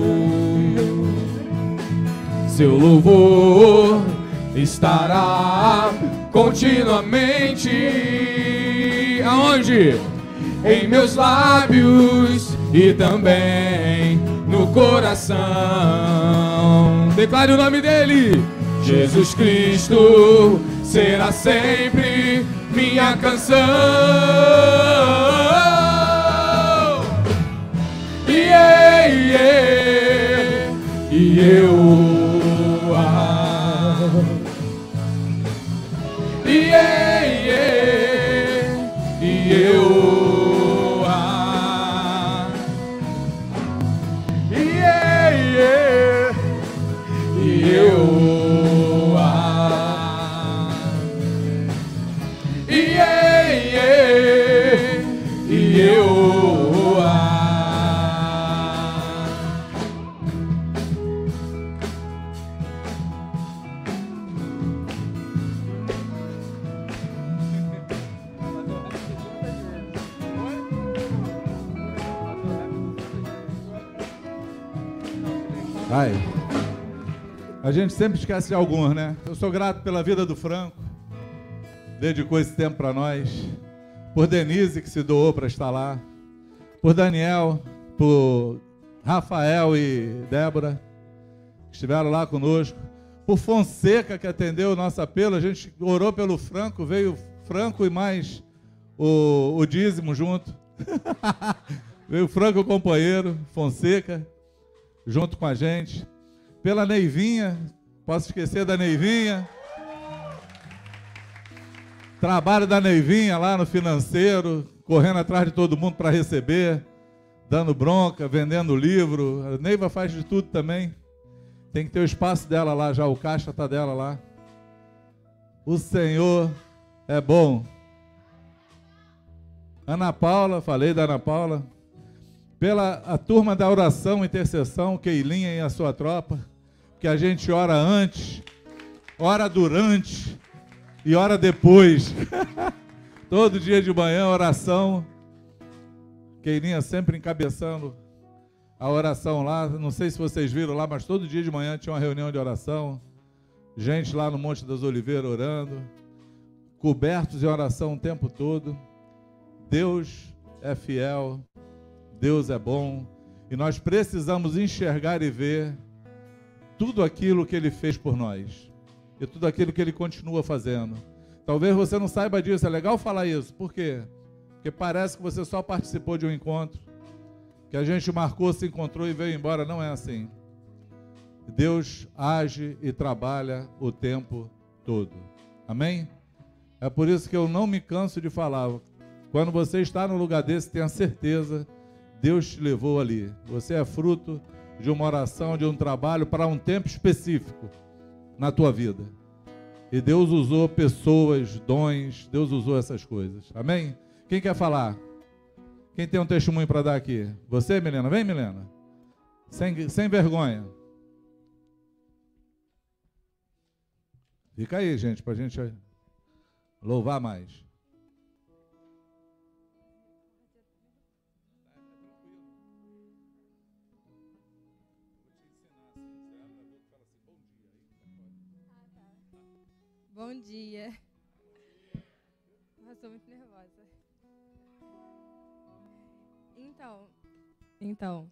Seu louvor estará continuamente. Aonde? Em meus lábios e também no coração. Declare o nome dele. Jesus Cristo será sempre minha canção. E eu Ai, a gente sempre esquece de alguns, né? Eu sou grato pela vida do Franco, dedicou esse tempo para nós, por Denise, que se doou para estar lá, por Daniel, por Rafael e Débora, que estiveram lá conosco, por Fonseca, que atendeu o nosso apelo. A gente orou pelo Franco, veio Franco e mais o dízimo junto. Veio o Franco, o companheiro, Fonseca, junto com a gente. Pela Neivinha, posso esquecer da Neivinha. Trabalho da Neivinha lá no financeiro, correndo atrás de todo mundo para receber, dando bronca, vendendo livro. A Neiva faz de tudo também. Tem que ter o espaço dela lá já, o caixa está dela lá. O Senhor é bom. Ana Paula, falei da Ana Paula. Pela a turma da oração, intercessão, Keilinha e a sua tropa, que a gente ora antes, ora durante e ora depois. Todo dia de manhã, oração. Keilinha sempre encabeçando a oração lá. Não sei se vocês viram lá, mas todo dia de manhã tinha uma reunião de oração. Gente lá no Monte das Oliveiras orando, cobertos em oração o tempo todo. Deus é fiel, Deus é bom, e nós precisamos enxergar e ver tudo aquilo que Ele fez por nós, e tudo aquilo que Ele continua fazendo. Talvez você não saiba disso, é legal falar isso. Por quê? Porque parece que você só participou de um encontro, que a gente marcou, se encontrou e veio embora. Não é assim. Deus age e trabalha o tempo todo. Amém? É por isso que eu não me canso de falar. Quando você está num lugar desse, tenha certeza, Deus te levou ali. Você é fruto de uma oração, de um trabalho para um tempo específico na tua vida. E Deus usou pessoas, dons, Deus usou essas coisas. Amém? Quem quer falar? Quem tem um testemunho para dar aqui? Você, Milena? Vem, Milena. Sem vergonha. Fica aí, gente, para a gente louvar mais. Bom dia. Estou muito nervosa. Então,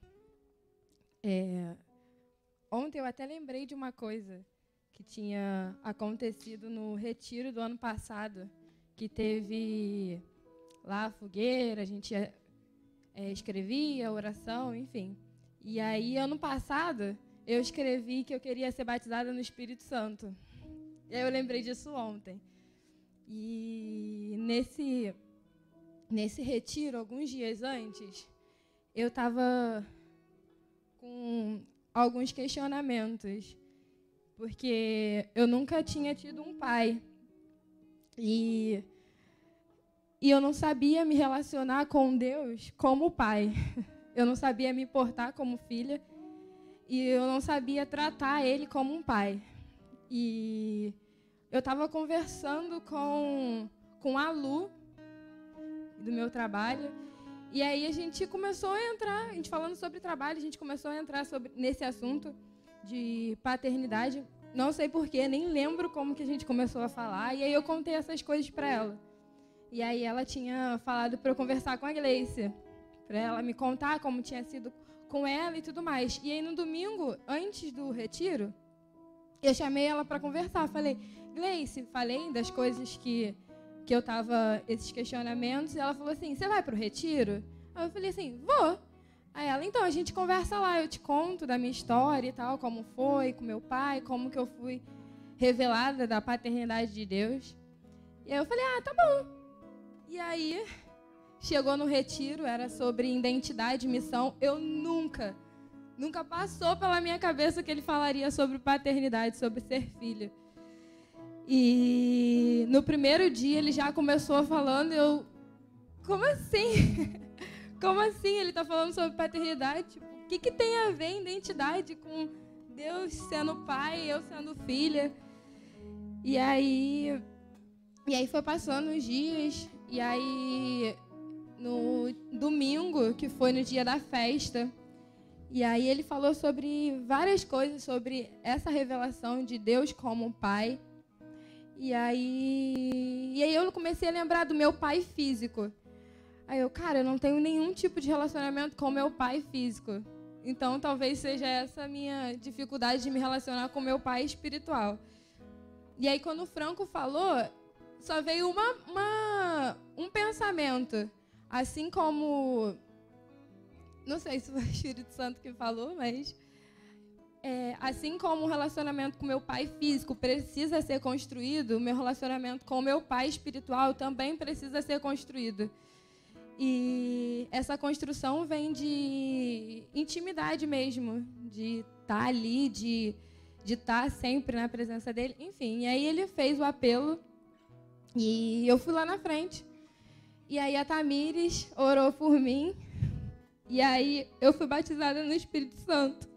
ontem eu até lembrei de uma coisa que tinha acontecido no retiro do ano passado, que teve lá a fogueira, a gente escrevia, oração, enfim. E aí, ano passado, eu escrevi que eu queria ser batizada no Espírito Santo. E aí eu lembrei disso ontem. E nesse retiro, alguns dias antes, eu estava com alguns questionamentos, porque eu nunca tinha tido um pai. E eu não sabia me relacionar com Deus como pai. Eu não sabia me portar como filha. E eu não sabia tratar Ele como um pai. E eu estava conversando com a Lu, do meu trabalho. E aí a gente começou a entrar, a gente falando sobre trabalho, a gente começou a entrar nesse assunto de paternidade. Não sei porquê, nem lembro como que a gente começou a falar. E aí eu contei essas coisas para ela. E aí ela tinha falado para eu conversar com a Gleice, para ela me contar como tinha sido com ela e tudo mais. E aí no domingo, antes do retiro, eu chamei ela para conversar. Falei, Gleice, falei das coisas que eu tava, esses questionamentos. E ela falou assim, você vai para o retiro? Aí eu falei assim, vou. Aí ela, então, a gente conversa lá, eu te conto da minha história e tal, como foi com meu pai, como que eu fui revelada da paternidade de Deus. E aí eu falei, tá bom. E aí, chegou no retiro, era sobre identidade e missão. Eu nunca passou pela minha cabeça que ele falaria sobre paternidade, sobre ser filho. E no primeiro dia ele já começou falando, como assim? Como assim ele está falando sobre paternidade? Tipo, o que tem a ver identidade com Deus sendo pai, eu sendo filha? E aí foi passando os dias. E aí, no domingo, que foi no dia da festa, e aí ele falou sobre várias coisas, sobre essa revelação de Deus como pai. E aí eu comecei a lembrar do meu pai físico. Aí eu não tenho nenhum tipo de relacionamento com meu pai físico. Então, talvez seja essa a minha dificuldade de me relacionar com meu pai espiritual. E aí, quando o Franco falou, só veio um pensamento. Assim como... Não sei se foi o Espírito Santo que falou, mas... assim como o relacionamento com meu pai físico precisa ser construído, o meu relacionamento com meu pai espiritual também precisa ser construído. E essa construção vem de intimidade mesmo, de estar ali, de estar sempre na presença dele. Enfim, e aí ele fez o apelo e eu fui lá na frente. E aí a Tamires orou por mim e aí eu fui batizada no Espírito Santo.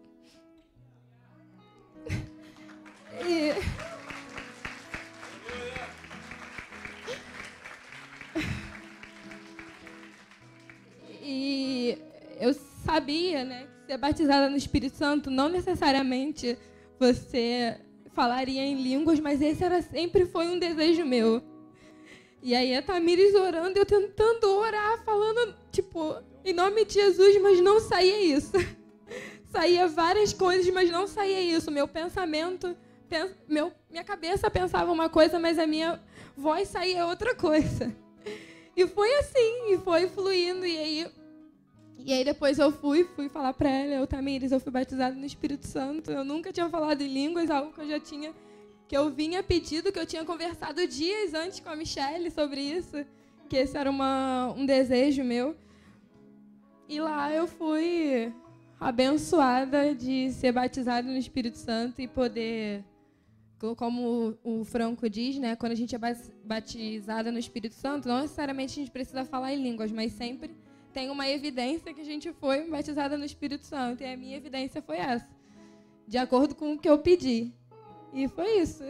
E eu sabia, que ser batizada no Espírito Santo não necessariamente você falaria em línguas, mas esse sempre foi um desejo meu. E aí a Tamires orando, eu tentando orar, falando, em nome de Jesus, mas não saía isso. Saía várias coisas, mas não saía isso. Meu pensamento, minha cabeça pensava uma coisa, mas a minha voz saía outra coisa. E foi assim, e foi fluindo, e aí depois eu fui falar para ela, Tamires, eu fui batizada no Espírito Santo, eu nunca tinha falado em línguas, algo que eu vinha pedido, que eu tinha conversado dias antes com a Michelle sobre isso, que esse era um desejo meu. E lá eu fui abençoada de ser batizada no Espírito Santo e poder... Como o Franco diz, quando a gente é batizada no Espírito Santo, não necessariamente a gente precisa falar em línguas, mas sempre tem uma evidência que a gente foi batizada no Espírito Santo. E a minha evidência foi essa, de acordo com o que eu pedi. E foi isso.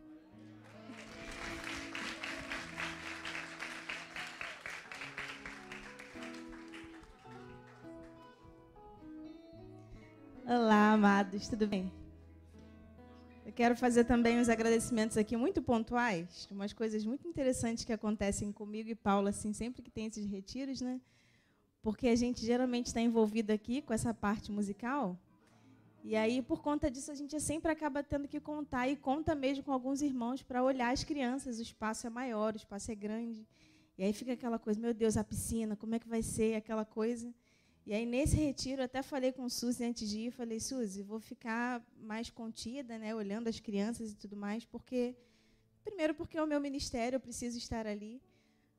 Olá, amados, tudo bem? Eu quero fazer também uns agradecimentos aqui muito pontuais, umas coisas muito interessantes que acontecem comigo e Paula, assim, sempre que tem esses retiros, Porque a gente geralmente está envolvido aqui com essa parte musical, e aí, por conta disso, a gente sempre acaba tendo que contar, e conta mesmo com alguns irmãos para olhar as crianças, o espaço é maior, o espaço é grande, e aí fica aquela coisa, meu Deus, a piscina, como é que vai ser, aquela coisa... E aí, nesse retiro, eu até falei com Suzy antes de ir, falei, Suzy, vou ficar mais contida, olhando as crianças e tudo mais, primeiro porque é o meu ministério, eu preciso estar ali,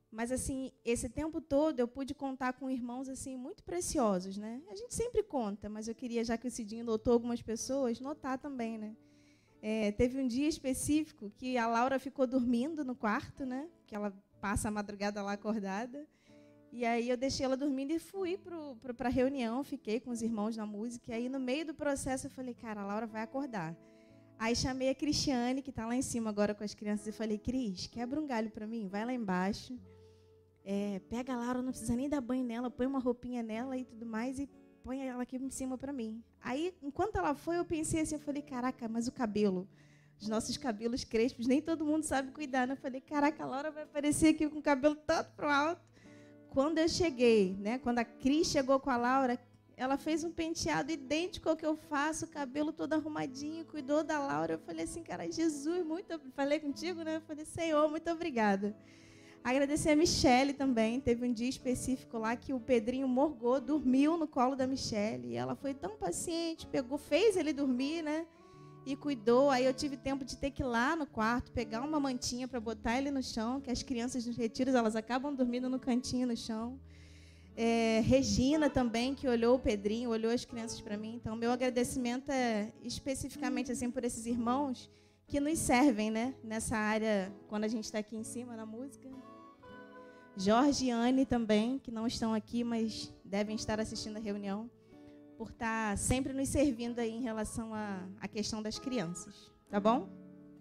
Mas, assim, esse tempo todo eu pude contar com irmãos assim muito preciosos, né? A gente sempre conta, mas eu queria, já que o Cidinho notou algumas pessoas, notar também, né? Teve um dia específico que a Laura ficou dormindo no quarto, né? Que ela passa a madrugada lá acordada. E aí eu deixei ela dormindo e fui para a reunião, fiquei com os irmãos na música. E aí, no meio do processo, eu falei, cara, a Laura vai acordar. Aí chamei a Cristiane, que está lá em cima agora com as crianças, e falei, Cris, quebra um galho para mim, vai lá embaixo. Pega a Laura, não precisa nem dar banho nela, põe uma roupinha nela e tudo mais, e põe ela aqui em cima para mim. Aí, enquanto ela foi, eu pensei assim, eu falei, caraca, mas o cabelo, os nossos cabelos crespos, nem todo mundo sabe cuidar, né? Eu falei, caraca, a Laura vai aparecer aqui com o cabelo todo pro alto. Quando eu cheguei, né, quando a Cris chegou com a Laura, ela fez um penteado idêntico ao que eu faço, o cabelo todo arrumadinho, cuidou da Laura. Eu falei assim, cara, Jesus, falei contigo, né? Eu falei, Senhor, muito obrigada. Agradecer a Michele também. Teve um dia específico lá que o Pedrinho morgou, dormiu no colo da Michele. E ela foi tão paciente, fez ele dormir, né? E cuidou. Aí eu tive tempo de ter que ir lá no quarto, pegar uma mantinha para botar ele no chão, que as crianças nos retiros, elas acabam dormindo no cantinho no chão. Regina também, que olhou o Pedrinho, olhou as crianças para mim. Então, meu agradecimento é especificamente assim por esses irmãos que nos servem, né, nessa área, quando a gente está aqui em cima na música. Jorge e Anne também, que não estão aqui, mas devem estar assistindo a reunião, por estar sempre nos servindo aí em relação à questão das crianças. Tá bom?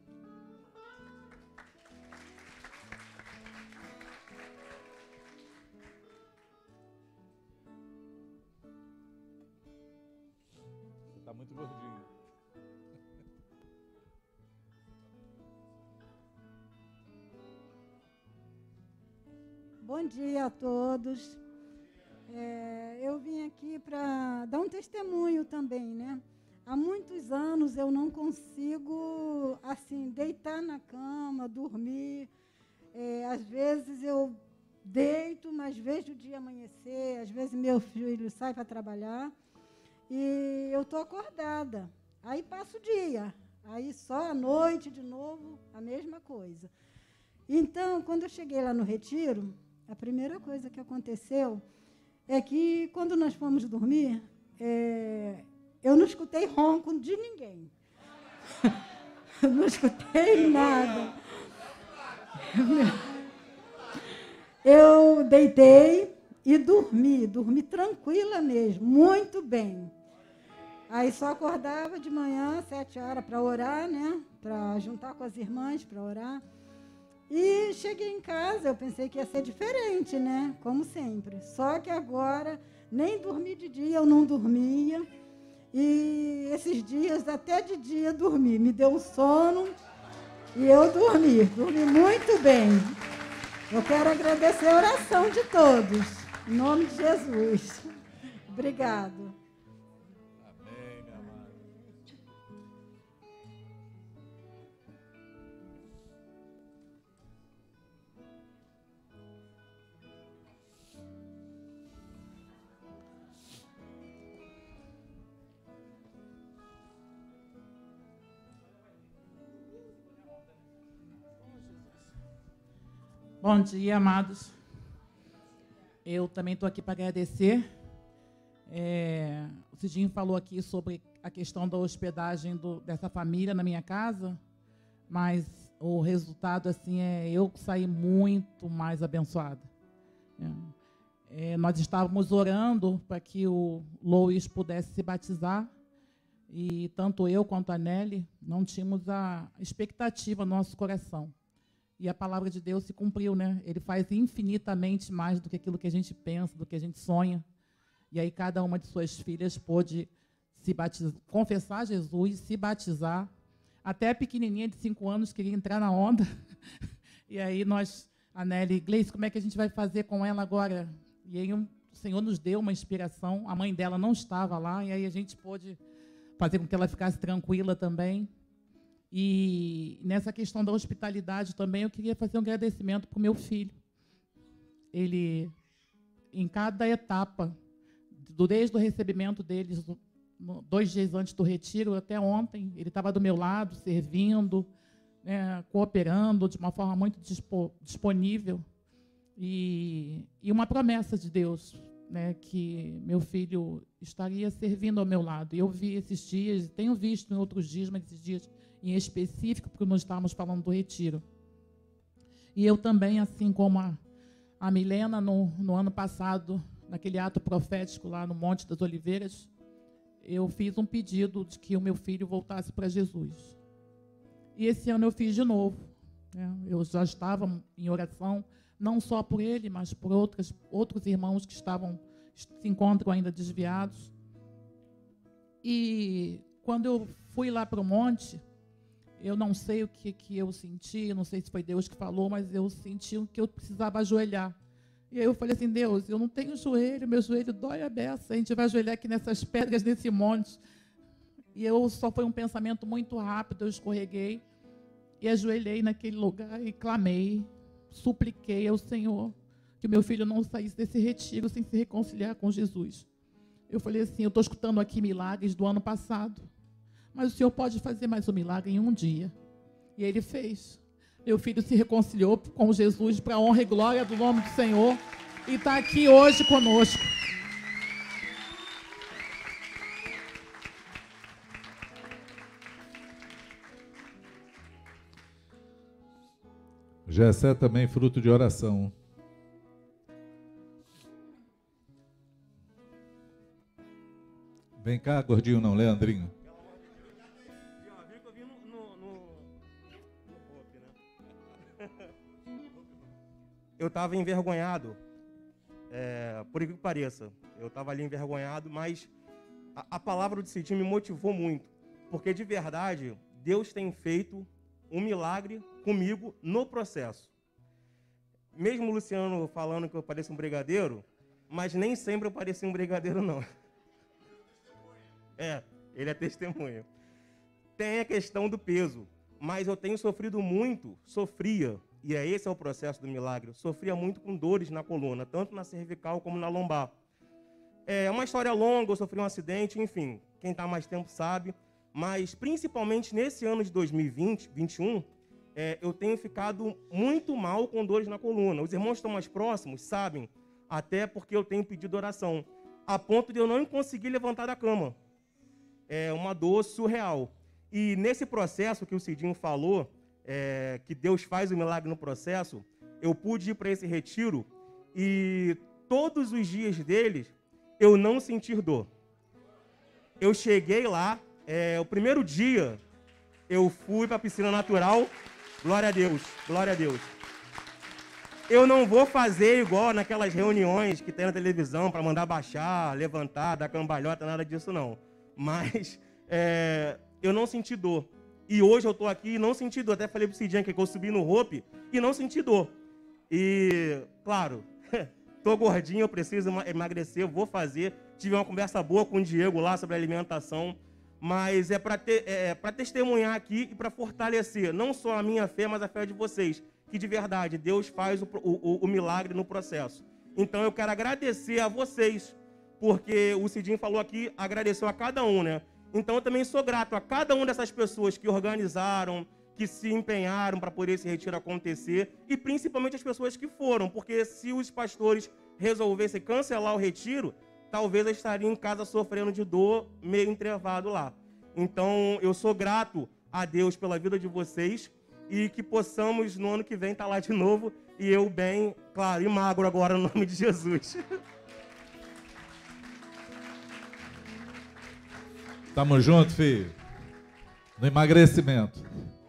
Você está muito gordinho. Bom dia a todos. Eu vim aqui para dar um testemunho também, né? Há muitos anos eu não consigo, assim, deitar na cama, dormir. Às vezes eu deito, mas vejo o dia amanhecer. Às vezes meu filho sai para trabalhar e eu estou acordada. Aí passa o dia. Aí só à noite, de novo, a mesma coisa. Então, quando eu cheguei lá no retiro, a primeira coisa que aconteceu é que, quando nós fomos dormir, eu não escutei ronco de ninguém. Não escutei nada. Eu deitei e dormi tranquila mesmo, muito bem. Aí só acordava de manhã, 7 horas, para orar, né? Para juntar com as irmãs, para orar. E cheguei em casa, eu pensei que ia ser diferente, né? Como sempre. Só que agora, nem dormi de dia, eu não dormia. E esses dias, até de dia, dormi. Me deu um sono e eu dormi muito bem. Eu quero agradecer a oração de todos. Em nome de Jesus. Obrigado. Amém, minha amada. Bom dia, amados. Eu também estou aqui para agradecer. O Cidinho falou aqui sobre a questão da hospedagem dessa família na minha casa, mas o resultado assim é eu saí muito mais abençoada. Nós estávamos orando para que o Louis pudesse se batizar, e tanto eu quanto a Nelly não tínhamos a expectativa no nosso coração. E a palavra de Deus se cumpriu, né? Ele faz infinitamente mais do que aquilo que a gente pensa, do que a gente sonha. E aí cada uma de suas filhas pôde se batizar, confessar Jesus, se batizar. Até a pequenininha de 5 anos queria entrar na onda. E aí a Nelly, Gleice, como é que a gente vai fazer com ela agora? E aí o Senhor nos deu uma inspiração. A mãe dela não estava lá, e aí a gente pôde fazer com que ela ficasse tranquila também. E nessa questão da hospitalidade também, eu queria fazer um agradecimento para o meu filho. Ele, em cada etapa, desde o recebimento deles, 2 dias antes do retiro, até ontem, ele estava do meu lado, servindo, né, cooperando de uma forma muito disponível. e uma promessa de Deus, né, que meu filho estaria servindo ao meu lado. Eu vi esses dias, tenho visto em outros dias, mas esses dias em específico, porque nós estávamos falando do retiro. E eu também, assim como a Milena, no ano passado, naquele ato profético lá no Monte das Oliveiras, eu fiz um pedido de que o meu filho voltasse para Jesus. E esse ano eu fiz de novo, né? Eu já estava em oração, não só por ele, mas por outros irmãos que se encontram ainda desviados. E quando eu fui lá para o monte, eu não sei o que eu senti, não sei se foi Deus que falou, mas eu senti que eu precisava ajoelhar. E aí eu falei assim, Deus, eu não tenho joelho, meu joelho dói a beça, a gente vai ajoelhar aqui nessas pedras, nesse monte. E só foi um pensamento muito rápido, eu escorreguei e ajoelhei naquele lugar e clamei, supliquei ao Senhor que o meu filho não saísse desse retiro sem se reconciliar com Jesus. Eu falei assim, eu estou escutando aqui milagres do ano passado, mas o Senhor pode fazer mais um milagre em um dia. E ele fez. Meu filho se reconciliou com Jesus para a honra e glória do nome do Senhor e está aqui hoje conosco. Jessé também fruto de oração. Vem cá, gordinho não, Leandrinho. Eu estava envergonhado, por incrível que pareça, eu estava ali envergonhado, mas a palavra do Cidinho me motivou muito, porque de verdade, Deus tem feito um milagre comigo no processo. Mesmo o Luciano falando que eu pareço um brigadeiro, mas nem sempre eu parecia um brigadeiro, não. Ele é testemunha. Tem a questão do peso, mas eu tenho sofrido muito, e esse é o processo do milagre, sofria muito com dores na coluna, tanto na cervical como na lombar. É uma história longa, eu sofri um acidente, enfim, quem está mais tempo sabe, mas principalmente nesse ano de 2021, eu tenho ficado muito mal com dores na coluna. Os irmãos que estão mais próximos sabem, até porque eu tenho pedido oração, a ponto de eu não conseguir levantar da cama. É uma dor surreal. E nesse processo que o Cidinho falou, que Deus faz o milagre no processo, eu pude ir para esse retiro e todos os dias deles eu não senti dor. Eu cheguei lá, o primeiro dia eu fui para a piscina natural, glória a Deus, glória a Deus. Eu não vou fazer igual naquelas reuniões que tem na televisão para mandar baixar, levantar, dar cambalhota, nada disso não. Mas eu não senti dor. E hoje eu estou aqui e não senti dor. Até falei para o Cidinho que eu subi no rope e não senti dor. E, claro, estou gordinho, eu preciso emagrecer, eu vou fazer. Tive uma conversa boa com o Diego lá sobre alimentação. Mas é para testemunhar aqui e para fortalecer não só a minha fé, mas a fé de vocês. Que de verdade, Deus faz o milagre no processo. Então eu quero agradecer a vocês, porque o Cidinho falou aqui, agradeceu a cada um, né? Então eu também sou grato a cada uma dessas pessoas que organizaram, que se empenharam para poder esse retiro acontecer, e principalmente as pessoas que foram, porque se os pastores resolvessem cancelar o retiro, talvez eu estaria em casa sofrendo de dor, meio entrevado lá. Então eu sou grato a Deus pela vida de vocês, e que possamos no ano que vem estar lá de novo, e eu bem, claro, e magro agora no nome de Jesus. Tamo junto, filho. No emagrecimento.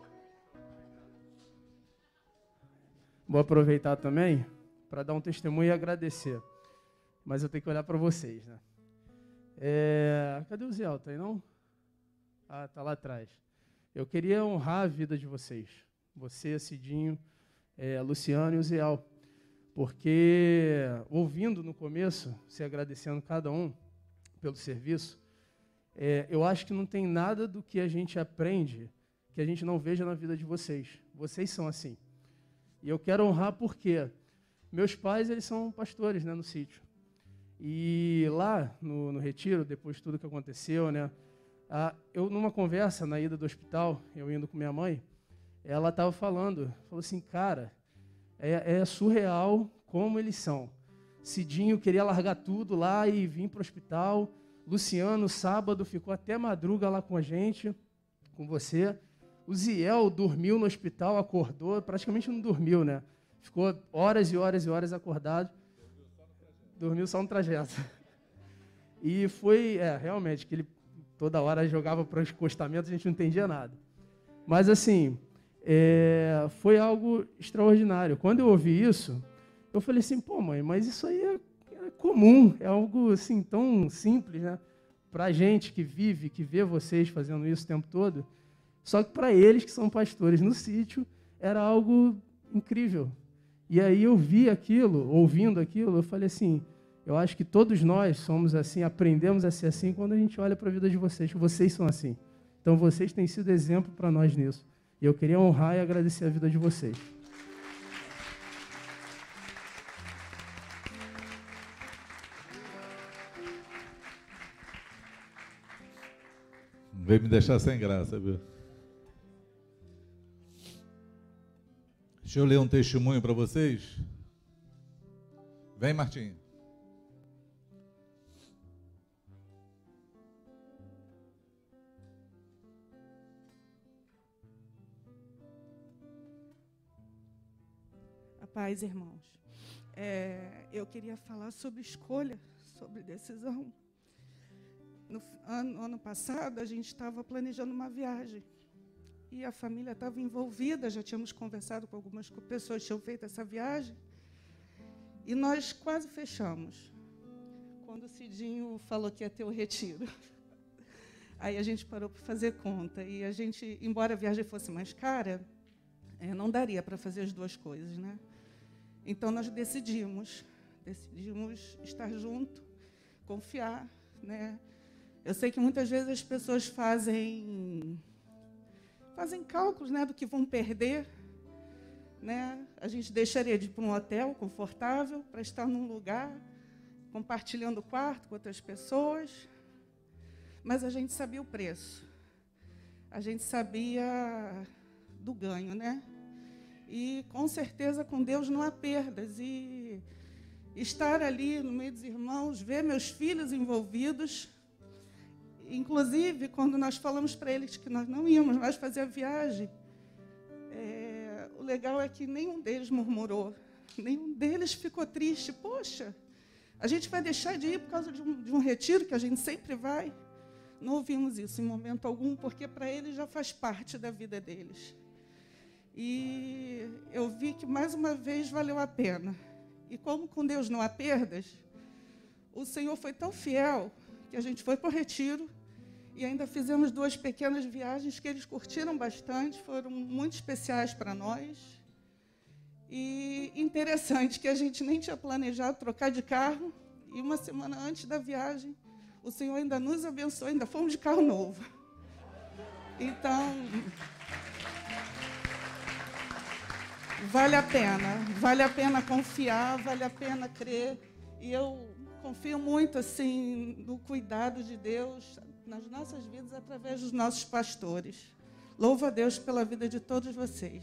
Vou aproveitar também para dar um testemunho e agradecer. Mas eu tenho que olhar para vocês, né? Cadê o Zé? Tá aí não? Ah, tá lá atrás. Eu queria honrar a vida de vocês. Você, Cidinho, Luciano e o Zéal. Porque, ouvindo no começo, se agradecendo cada um pelo serviço, eu acho que não tem nada do que a gente aprende que a gente não veja na vida de vocês. Vocês são assim. E eu quero honrar porque meus pais, eles são pastores, né, no sítio. E lá no retiro, depois de tudo que aconteceu, né, eu numa conversa na ida do hospital, eu indo com minha mãe, ela estava falou assim, cara, é surreal como eles são. Cidinho queria largar tudo lá e vir para o hospital. Luciano, sábado, ficou até madruga lá com a gente, com você. O Ziel dormiu no hospital, acordou, praticamente não dormiu, né? Ficou horas e horas e horas acordado. Dormiu só no trajeto. E foi, realmente, que ele toda hora jogava para o encostamento, a gente não entendia nada. Mas, assim, foi algo extraordinário. Quando eu ouvi isso, eu falei assim, pô, mãe, mas isso aí é comum, é algo, assim, tão simples, né? Para a gente que vive, que vê vocês fazendo isso o tempo todo. Só que para eles, que são pastores no sítio, era algo incrível. E aí eu vi aquilo, ouvindo aquilo, eu falei assim, eu acho que todos nós somos assim, aprendemos a ser assim quando a gente olha para a vida de vocês, que vocês são assim. Então vocês têm sido exemplo para nós nisso. E eu queria honrar e agradecer a vida de vocês. Não veio me deixar sem graça, viu? Deixa eu ler um testemunho para vocês. Vem, Martinho. A paz, irmãos. Eu queria falar sobre escolha, sobre decisão. No ano passado, a gente estava planejando uma viagem. E a família estava envolvida, já tínhamos conversado com algumas pessoas que tinham feito essa viagem. E nós quase fechamos, quando o Cidinho falou que ia ter o retiro. Aí a gente parou para fazer conta. E a gente, embora a viagem fosse mais cara, não daria para fazer as duas coisas, né? Então nós decidimos estar junto, confiar, né? Eu sei que muitas vezes as pessoas fazem cálculos, né, do que vão perder, né? A gente deixaria de ir para um hotel confortável para estar num lugar compartilhando o quarto com outras pessoas, mas a gente sabia o preço, a gente sabia do ganho, né? E com certeza com Deus não há perdas. E estar ali no meio dos irmãos, ver meus filhos envolvidos. Inclusive, quando nós falamos para eles que nós não íamos mais fazer a viagem, o legal é que nenhum deles murmurou, nenhum deles ficou triste. Poxa, a gente vai deixar de ir por causa de um retiro que a gente sempre vai? Não ouvimos isso em momento algum, porque para eles já faz parte da vida deles. E eu vi que, mais uma vez, valeu a pena. E como com Deus não há perdas, o Senhor foi tão fiel que a gente foi para o retiro. E ainda fizemos 2 pequenas viagens que eles curtiram bastante, foram muito especiais para nós. E interessante que a gente nem tinha planejado trocar de carro, e uma semana antes da viagem, o Senhor ainda nos abençoou, ainda fomos de carro novo. Então, vale a pena confiar, vale a pena crer. E eu confio muito assim no cuidado de Deus nas nossas vidas através dos nossos pastores. Louvo a Deus pela vida de todos vocês.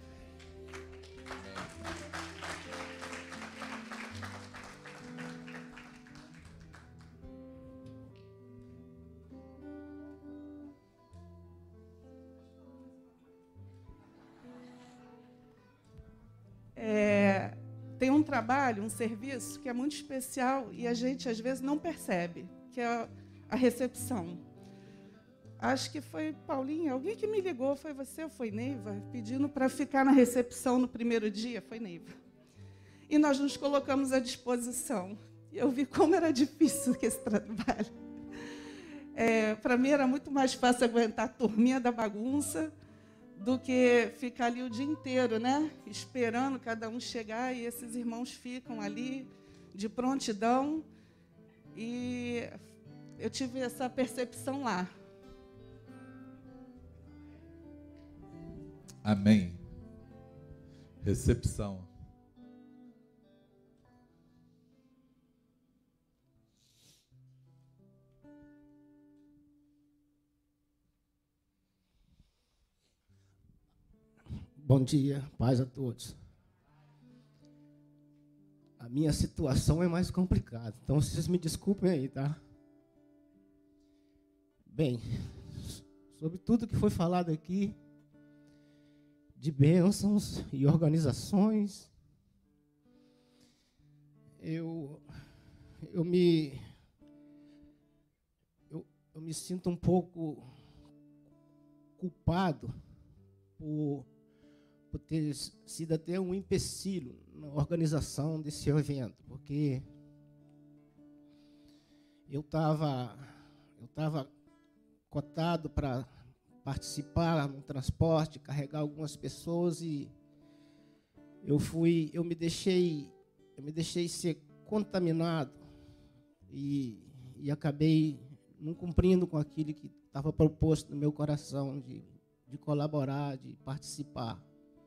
Tem um trabalho, um serviço que é muito especial e a gente às vezes não percebe, que é a recepção. Acho que foi Paulinha, alguém que me ligou, foi você ou foi Neiva, pedindo para ficar na recepção no primeiro dia, foi Neiva. E nós nos colocamos à disposição. Eu vi como era difícil esse trabalho. Para mim era muito mais fácil aguentar a turminha da bagunça do que ficar ali o dia inteiro, né? Esperando cada um chegar, e esses irmãos ficam ali de prontidão. E eu tive essa percepção lá. Amém. Recepção. Bom dia, paz a todos. a minha situação é mais complicada. Então, vocês me desculpem aí, tá? Bem, sobre tudo que foi falado aqui, de bênçãos e organizações, eu me sinto um pouco culpado por ter sido até um empecilho na organização desse evento, porque eu estava cotado para participar no transporte, carregar algumas pessoas, e eu me deixei ser contaminado e acabei não cumprindo com aquilo que estava proposto no meu coração de colaborar, de participar.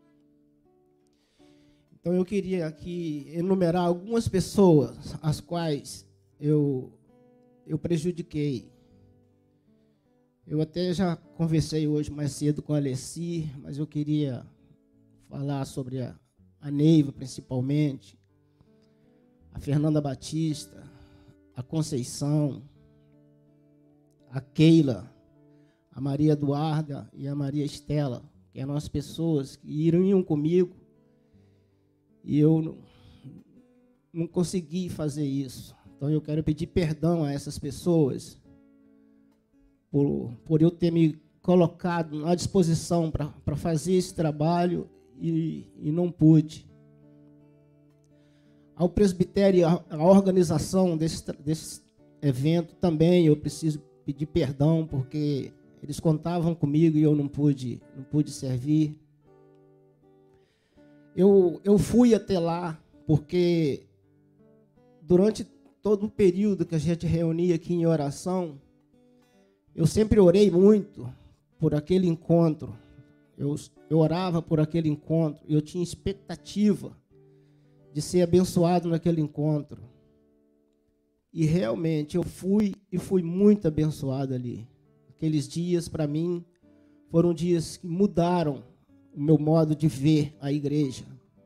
Então eu queria aqui enumerar algumas pessoas as quais eu prejudiquei. Eu até já conversei hoje mais cedo com a Alessi, mas eu queria falar sobre a Neiva, principalmente, a Fernanda Batista, a Conceição, a Keila, a Maria Eduarda e a Maria Estela, que eram as pessoas que iriam comigo, e eu não consegui fazer isso. Então eu quero pedir perdão a essas pessoas por eu ter me colocado à disposição para fazer esse trabalho e não pude. Ao presbitério, a organização desse evento também eu preciso pedir perdão, porque eles contavam comigo e eu não pude servir. Eu fui até lá porque durante todo o período que a gente reunia aqui em oração, eu sempre orei muito por aquele encontro. Eu orava por aquele encontro. Eu tinha expectativa de ser abençoado naquele encontro. E realmente eu fui muito abençoado ali. Aqueles dias, para mim, foram dias que mudaram o meu modo de ver a igreja.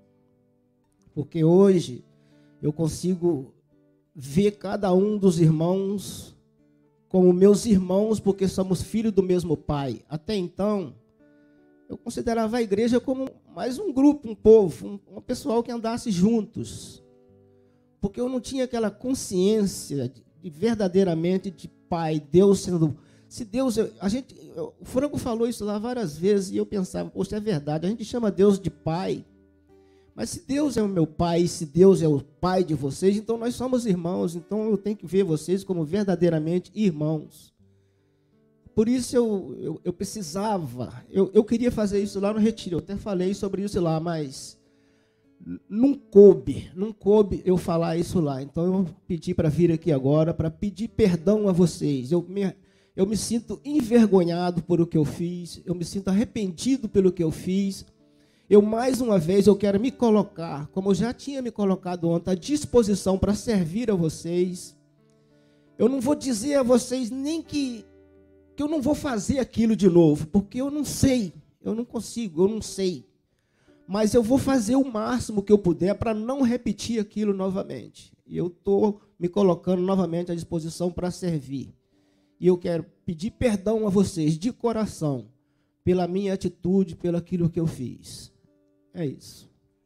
Porque hoje eu consigo ver cada um dos irmãos como meus irmãos, porque somos filhos do mesmo pai. Até então, eu considerava a igreja como mais um grupo, um povo, um pessoal que andasse juntos. Porque eu não tinha aquela consciência de verdadeiramente de pai, Deus sendo... Se Deus... o Franco falou isso lá várias vezes e eu pensava, poxa, é verdade, a gente chama Deus de pai, mas se Deus é o meu pai, se Deus é o pai de vocês, então nós somos irmãos, então eu tenho que ver vocês como verdadeiramente irmãos. Por isso eu precisava, eu queria fazer isso lá no retiro, eu até falei sobre isso lá, mas não coube eu falar isso lá. Então eu pedi para vir aqui agora, para pedir perdão a vocês. Eu me sinto envergonhado por o que eu fiz, eu me sinto arrependido pelo que eu fiz. Mais uma vez, eu quero me colocar, como eu já tinha me colocado ontem, à disposição para servir a vocês. Eu não vou dizer a vocês nem que eu não vou fazer aquilo de novo, porque eu não sei, eu não consigo, eu não sei. Mas eu vou fazer o máximo que eu puder para não repetir aquilo novamente. E eu estou me colocando novamente à disposição para servir. E eu quero pedir perdão a vocês, de coração, pela minha atitude, pelo aquilo que eu fiz. É isso.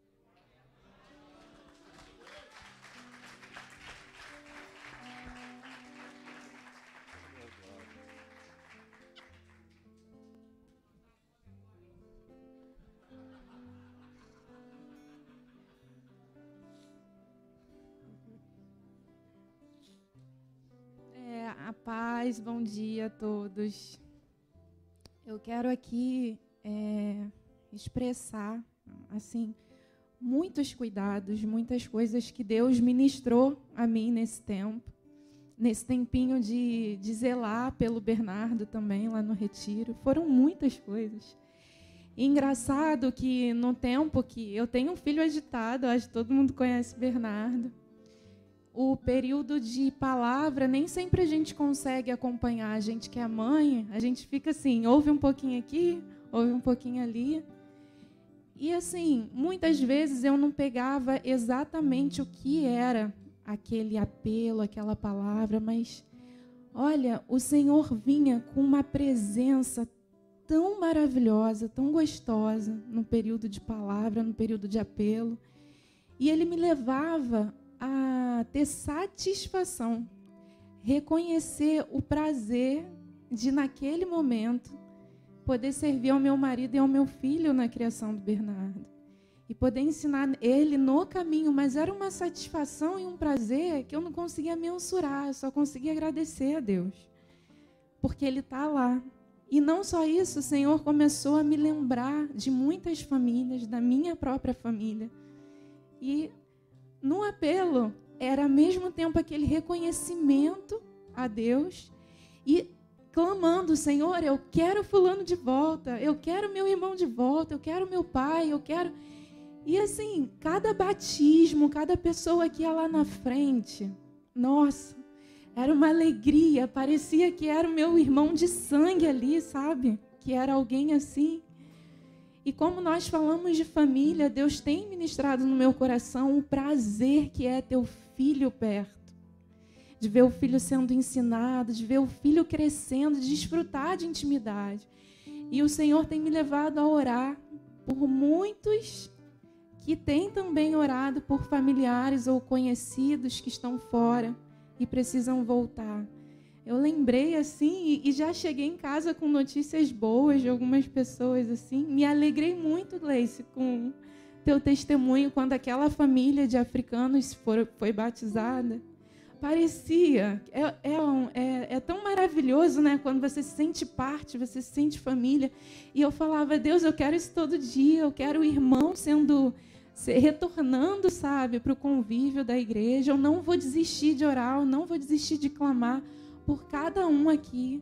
A paz, bom dia a todos. Eu quero aqui expressar, assim, muitos cuidados, muitas coisas que Deus ministrou a mim nesse tempo, nesse tempinho de zelar pelo Bernardo também, lá no retiro. Foram muitas coisas. E engraçado que no tempo que eu tenho um filho agitado, acho que todo mundo conhece Bernardo, o período de palavra, nem sempre a gente consegue acompanhar. A gente que é mãe, a gente fica assim, ouve um pouquinho aqui, ouve um pouquinho ali. E assim, muitas vezes eu não pegava exatamente o que era aquele apelo, aquela palavra, mas olha, o Senhor vinha com uma presença tão maravilhosa, tão gostosa, no período de palavra, no período de apelo. E Ele me levava a ter satisfação, reconhecer o prazer de, naquele momento, poder servir ao meu marido e ao meu filho na criação do Bernardo. E poder ensinar ele no caminho, mas era uma satisfação e um prazer que eu não conseguia mensurar, eu só conseguia agradecer a Deus, porque Ele está lá. E não só isso, o Senhor começou a me lembrar de muitas famílias, da minha própria família. E no apelo, era ao mesmo tempo aquele reconhecimento a Deus e clamando: Senhor, eu quero fulano de volta, eu quero meu irmão de volta, eu quero meu pai, eu quero... E assim, cada batismo, cada pessoa que ia lá na frente, nossa, era uma alegria, parecia que era o meu irmão de sangue ali, sabe? Que era alguém assim. E como nós falamos de família, Deus tem ministrado no meu coração o prazer que é ter o filho perto. De ver o filho sendo ensinado, de ver o filho crescendo, de desfrutar de intimidade. E o Senhor tem me levado a orar por muitos que têm também orado por familiares ou conhecidos que estão fora e precisam voltar. Eu lembrei assim e já cheguei em casa com notícias boas de algumas pessoas assim. Me alegrei muito, Gleice, com teu testemunho quando aquela família de africanos foi batizada. Parecia, é tão maravilhoso, né? Quando você se sente parte, você se sente família. E eu falava: Deus, eu quero isso todo dia, eu quero o irmão retornando, sabe, para o convívio da igreja. Eu não vou desistir de orar, eu não vou desistir de clamar por cada um aqui.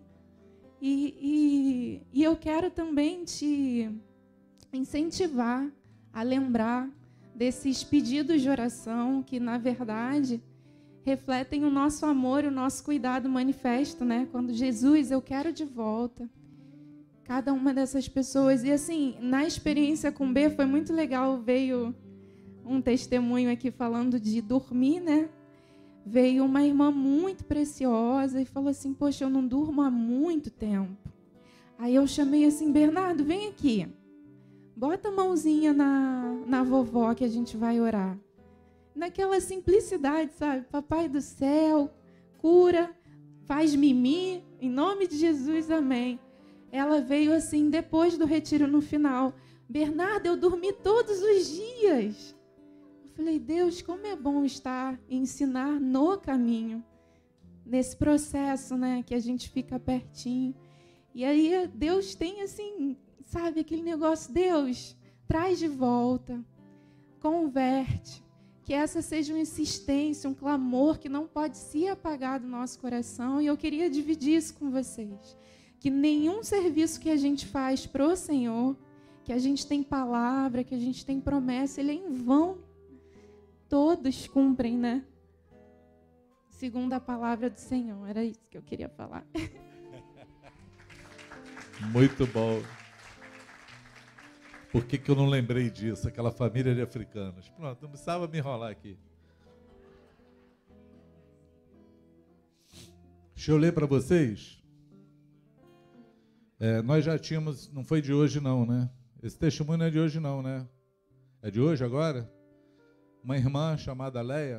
E eu quero também te incentivar a lembrar desses pedidos de oração que, na verdade, refletem o nosso amor e o nosso cuidado manifesto, né? Quando Jesus, eu quero de volta cada uma dessas pessoas. E assim, na experiência com B foi muito legal. Veio um testemunho aqui falando de dormir, né? Veio uma irmã muito preciosa e falou assim: poxa, eu não durmo há muito tempo. Aí eu chamei assim: Bernardo, vem aqui. Bota a mãozinha na vovó que a gente vai orar. Naquela simplicidade, sabe? Papai do céu, cura, faz mimi, em nome de Jesus, amém. Ela veio assim, depois do retiro, no final: Bernardo, eu dormi todos os dias. Eu falei: Deus, como é bom estar e ensinar no caminho, nesse processo, né, que a gente fica pertinho. E aí Deus tem assim, sabe, aquele negócio: Deus, traz de volta, converte. Que essa seja uma insistência, um clamor que não pode se apagar do nosso coração. E eu queria dividir isso com vocês. Que nenhum serviço que a gente faz pro Senhor, que a gente tem palavra, que a gente tem promessa, ele é em vão. Todos cumprem, né? Segundo a palavra do Senhor. Era isso que eu queria falar. Muito bom. Por que eu não lembrei disso? Aquela família de africanos. Pronto, não precisava me enrolar aqui. Deixa eu ler para vocês. Nós já tínhamos, não foi de hoje não, né? Esse testemunho não é de hoje não, né? É de hoje agora? Uma irmã chamada Leia,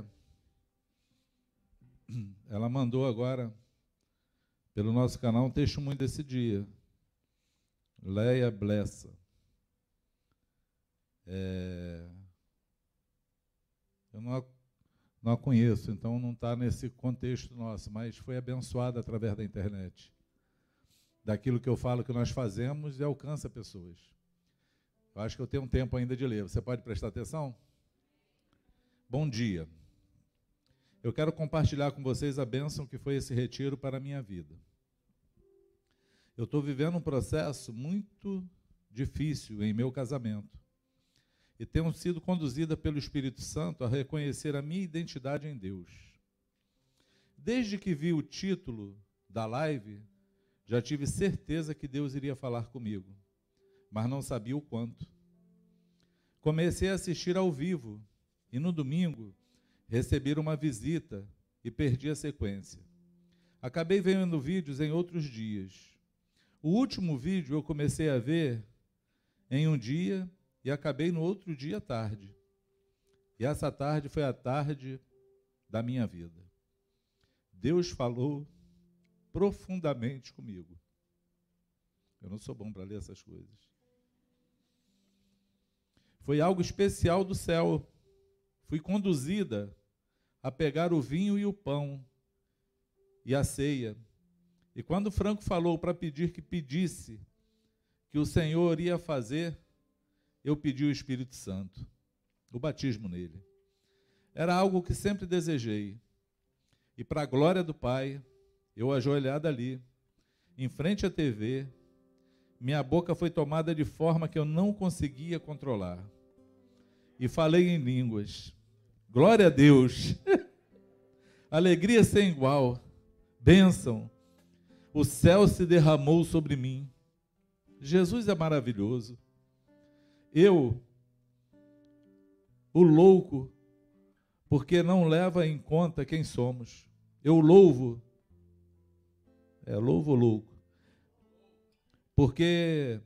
ela mandou agora, pelo nosso canal, um testemunho desse dia. Leia Blessa. Eu não a conheço, então não está nesse contexto nosso, mas foi abençoada através da internet. Daquilo que eu falo que nós fazemos e alcança pessoas. Eu acho que eu tenho um tempo ainda de ler. Você pode prestar atenção? Bom dia. Eu quero compartilhar com vocês a bênção que foi esse retiro para a minha vida. Eu estou vivendo um processo muito difícil em meu casamento. E tenho sido conduzida pelo Espírito Santo a reconhecer a minha identidade em Deus. Desde que vi o título da live, já tive certeza que Deus iria falar comigo, mas não sabia o quanto. comecei a assistir ao vivo e no domingo recebi uma visita e perdi a sequência. Acabei vendo vídeos em outros dias. O último vídeo eu comecei a ver em um dia e acabei no outro dia à tarde. E essa tarde foi a tarde da minha vida. Deus falou profundamente comigo. Eu não sou bom para ler essas coisas. Foi algo especial do céu. Fui conduzida a pegar o vinho e o pão e a ceia. E quando Franco falou para pedir que pedisse, que o Senhor ia fazer, eu pedi o Espírito Santo, o batismo nele. Era algo que sempre desejei. E para a glória do Pai, eu ajoelhada ali, em frente à TV, minha boca foi tomada de forma que eu não conseguia controlar. E falei em línguas. Glória a Deus. Alegria sem igual. Bênção. O céu se derramou sobre mim. Jesus é maravilhoso. Eu, o louco, porque não leva em conta quem somos. Eu louvo. Louvo o louco. Porque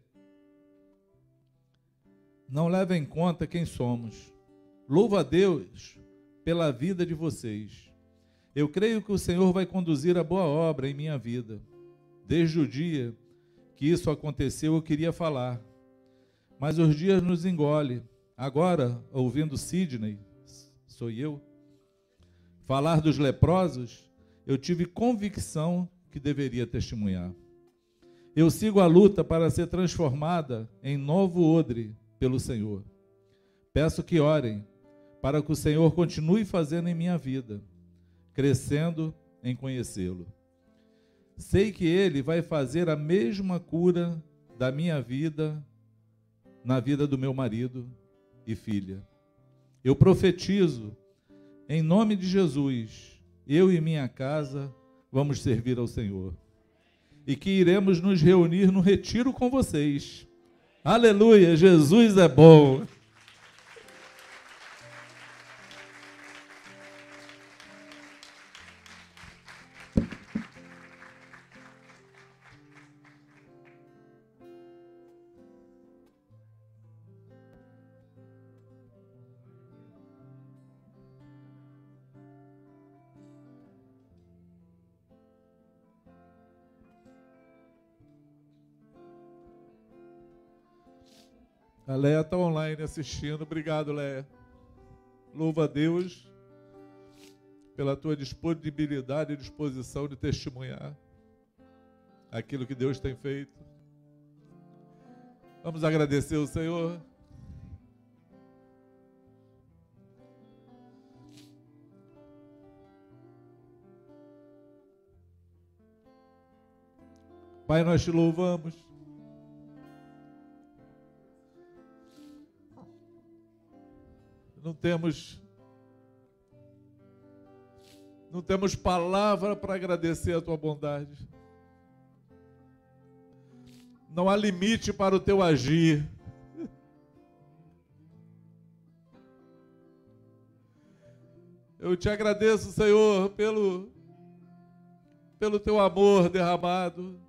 não leva em conta quem somos. Louvo a Deus pela vida de vocês. Eu creio que o Senhor vai conduzir a boa obra em minha vida. Desde o dia que isso aconteceu, eu queria falar. Mas os dias nos engolem. Agora, ouvindo Sidney, sou eu, falar dos leprosos, eu tive convicção que deveria testemunhar. Eu sigo a luta para ser transformada em novo odre pelo Senhor. Peço que orem para que o Senhor continue fazendo em minha vida, crescendo em conhecê-lo. Sei que Ele vai fazer a mesma cura da minha vida na vida do meu marido e filha. Eu profetizo, em nome de Jesus, eu e minha casa vamos servir ao Senhor. E que iremos nos reunir no retiro com vocês. Aleluia, Jesus é bom. A Leia está online assistindo. Obrigado, Leia. Louva a Deus pela tua disponibilidade e disposição de testemunhar aquilo que Deus tem feito. Vamos agradecer o Senhor. Pai, nós te louvamos. Não temos palavra para agradecer a tua bondade. Não há limite para o teu agir. Eu te agradeço, Senhor, pelo teu amor derramado,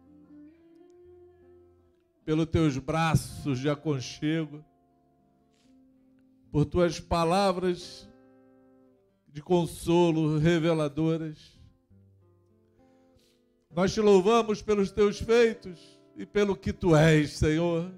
pelos teus braços de aconchego, por tuas palavras de consolo reveladoras. Nós te louvamos pelos teus feitos e pelo que tu és, Senhor.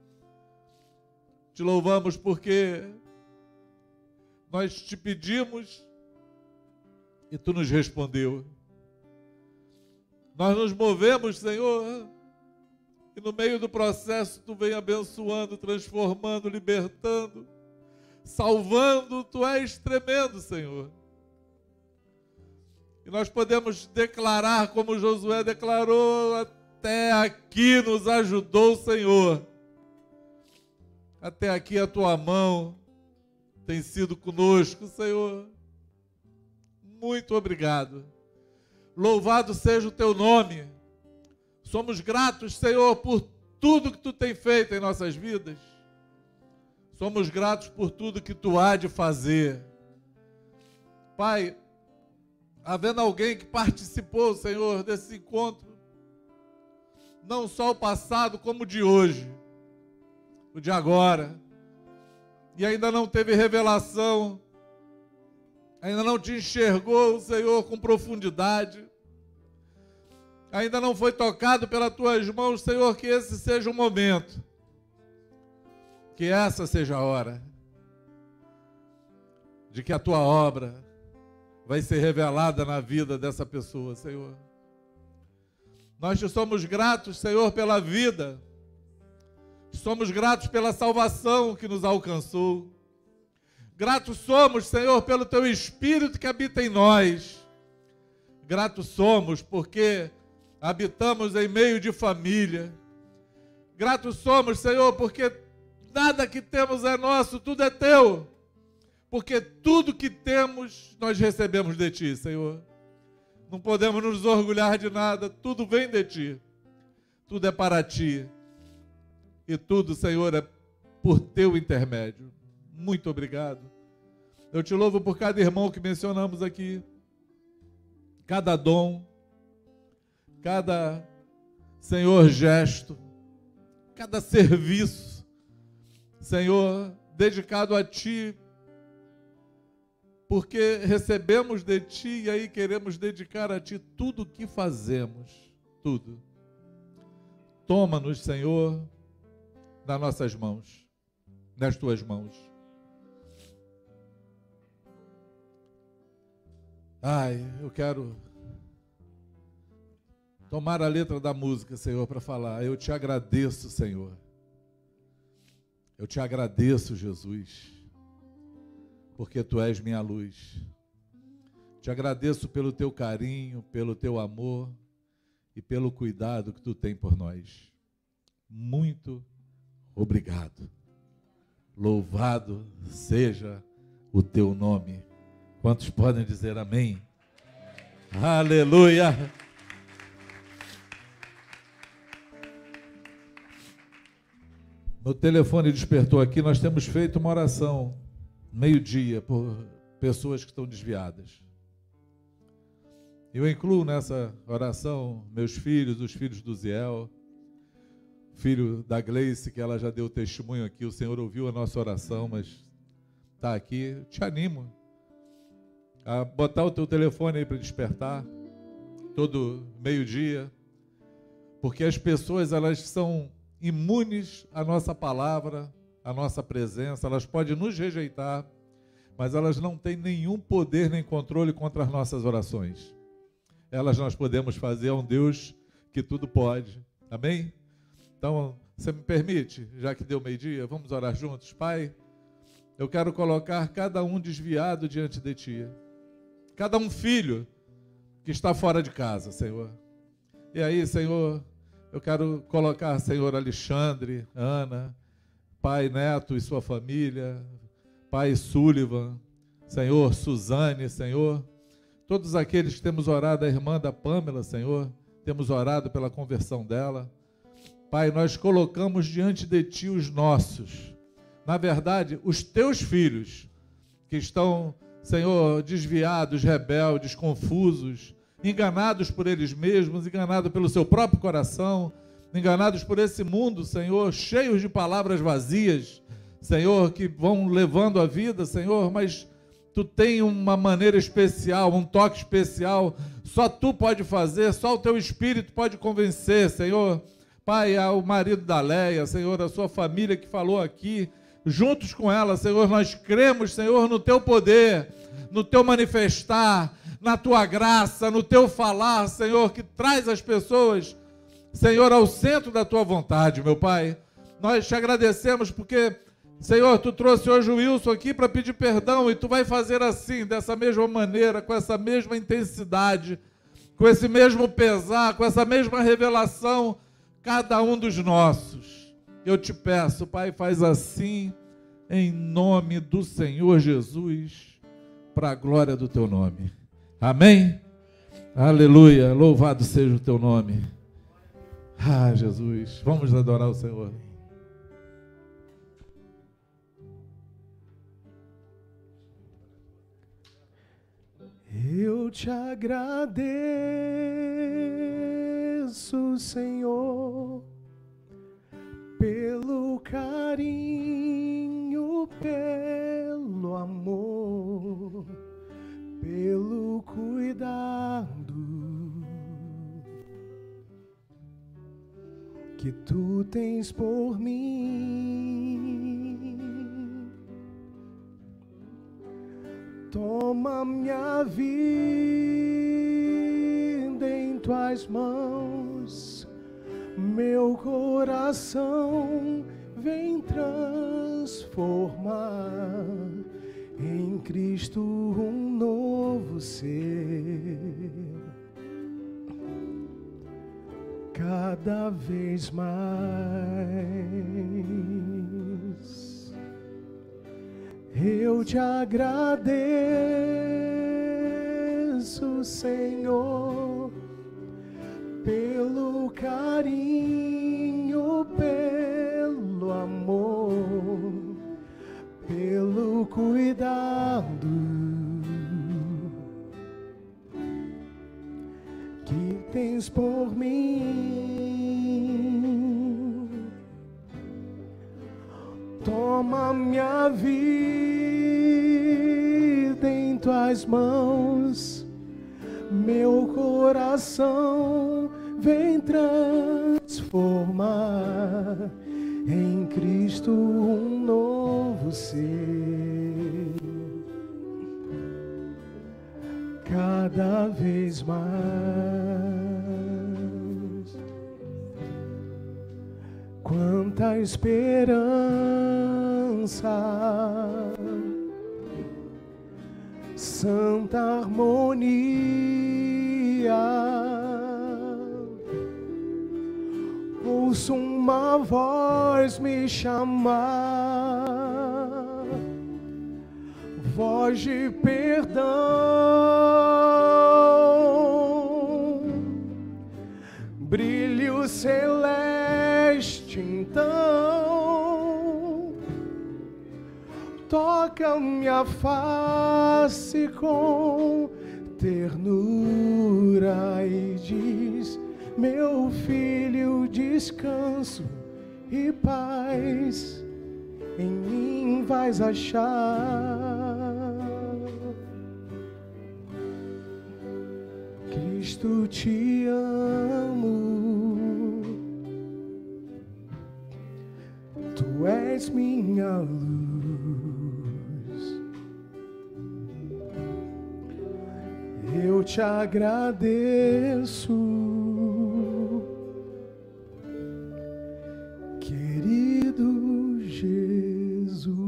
Te louvamos porque nós te pedimos e tu nos respondeu. Nós nos movemos, Senhor, e no meio do processo tu vem abençoando, transformando, libertando, salvando. Tu és tremendo, Senhor. E nós podemos declarar, como Josué declarou, até aqui nos ajudou o Senhor. Até aqui a tua mão tem sido conosco, Senhor. Muito obrigado. Louvado seja o teu nome. Somos gratos, Senhor, por tudo que tu tem feito em nossas vidas. Somos gratos por tudo que tu há de fazer. Pai, havendo alguém que participou, Senhor, desse encontro, não só o passado, como o de hoje, o de agora, e ainda não teve revelação, ainda não te enxergou, Senhor, com profundidade, ainda não foi tocado pelas tuas mãos, Senhor, que esse seja o momento, que essa seja a hora, de que a tua obra vai ser revelada na vida dessa pessoa, Senhor. Nós te somos gratos, Senhor, pela vida, somos gratos pela salvação que nos alcançou, gratos somos, Senhor, pelo teu Espírito que habita em nós, gratos somos porque habitamos em meio de família, gratos somos, Senhor, porque nada que temos é nosso, tudo é teu, porque tudo que temos nós recebemos de ti, Senhor. Não podemos nos orgulhar de nada, tudo vem de ti, tudo é para ti, e tudo, Senhor, é por teu intermédio. Muito obrigado. Eu te louvo por cada irmão que mencionamos aqui, cada dom, cada, Senhor, gesto, cada serviço, Senhor, dedicado a ti, porque recebemos de ti e aí queremos dedicar a ti tudo o que fazemos, tudo. Toma-nos, Senhor, nas nossas mãos, nas tuas mãos. Ai, eu quero tomar a letra da música, Senhor, para falar. Eu te agradeço, Senhor. Eu te agradeço, Jesus, porque tu és minha luz. Te agradeço pelo teu carinho, pelo teu amor e pelo cuidado que tu tem por nós. Muito obrigado. Louvado seja o teu nome. Quantos podem dizer amém? Aleluia! Meu telefone despertou aqui, nós temos feito uma oração, meio-dia, por pessoas que estão desviadas. Eu incluo nessa oração meus filhos, os filhos do Ziel, filho da Gleice, que ela já deu testemunho aqui, o Senhor ouviu a nossa oração, mas está aqui. Te animo a botar o teu telefone aí para despertar, todo meio-dia, porque as pessoas, elas são imunes à nossa palavra, à nossa presença, elas podem nos rejeitar, mas elas não têm nenhum poder nem controle contra as nossas orações. Elas nós podemos fazer a um Deus que tudo pode. Amém? Então, você me permite, já que deu meio-dia, vamos orar juntos? Pai, eu quero colocar cada um desviado diante de Ti. Cada um filho que está fora de casa, Senhor. E aí, Senhor, eu quero colocar, Senhor, Alexandre, Ana, Pai Neto e sua família, Pai Sullivan, Senhor, Suzane, Senhor, todos aqueles que temos orado, a irmã da Pâmela, Senhor, temos orado pela conversão dela. Pai, nós colocamos diante de Ti os nossos, na verdade, os Teus filhos, que estão, Senhor, desviados, rebeldes, confusos, enganados por eles mesmos, enganados pelo seu próprio coração, enganados por esse mundo, Senhor, cheios de palavras vazias, Senhor, que vão levando a vida, Senhor, mas Tu tem uma maneira especial, um toque especial, só Tu pode fazer, só o Teu Espírito pode convencer, Senhor. Pai, ao marido da Leia, Senhor, a sua família que falou aqui, juntos com ela, Senhor, nós cremos, Senhor, no Teu poder, no Teu manifestar, na Tua graça, no Teu falar, Senhor, que traz as pessoas, Senhor, ao centro da Tua vontade, meu Pai. Nós Te agradecemos porque, Senhor, Tu trouxe hoje o Wilson aqui para pedir perdão e Tu vai fazer assim, dessa mesma maneira, com essa mesma intensidade, com esse mesmo pesar, com essa mesma revelação, cada um dos nossos. Eu Te peço, Pai, faz assim, em nome do Senhor Jesus, para a glória do Teu nome. Amém? Aleluia, louvado seja o Teu nome. Ah, Jesus, vamos adorar o Senhor. Eu te agradeço, Senhor, pelo carinho, pelo amor, pelo cuidado que tu tens por mim. Toma minha vida em tuas mãos, meu coração vem transformar em Cristo um novo ser, cada vez mais. Eu te agradeço, Senhor, pelo carinho, pelo amor, pelo cuidado que tens por mim. Toma minha vida em tuas mãos, meu coração vem transformar em Cristo um novo ser, cada vez mais. Quanta esperança, santa harmonia, ouço uma voz me chamar, voz de perdão, brilho celeste então, toca minha face com ternura e diz: meu filho, descanso e paz em mim vais achar. Cristo, te amo, tu és minha luz. Eu te agradeço, querido Jesus.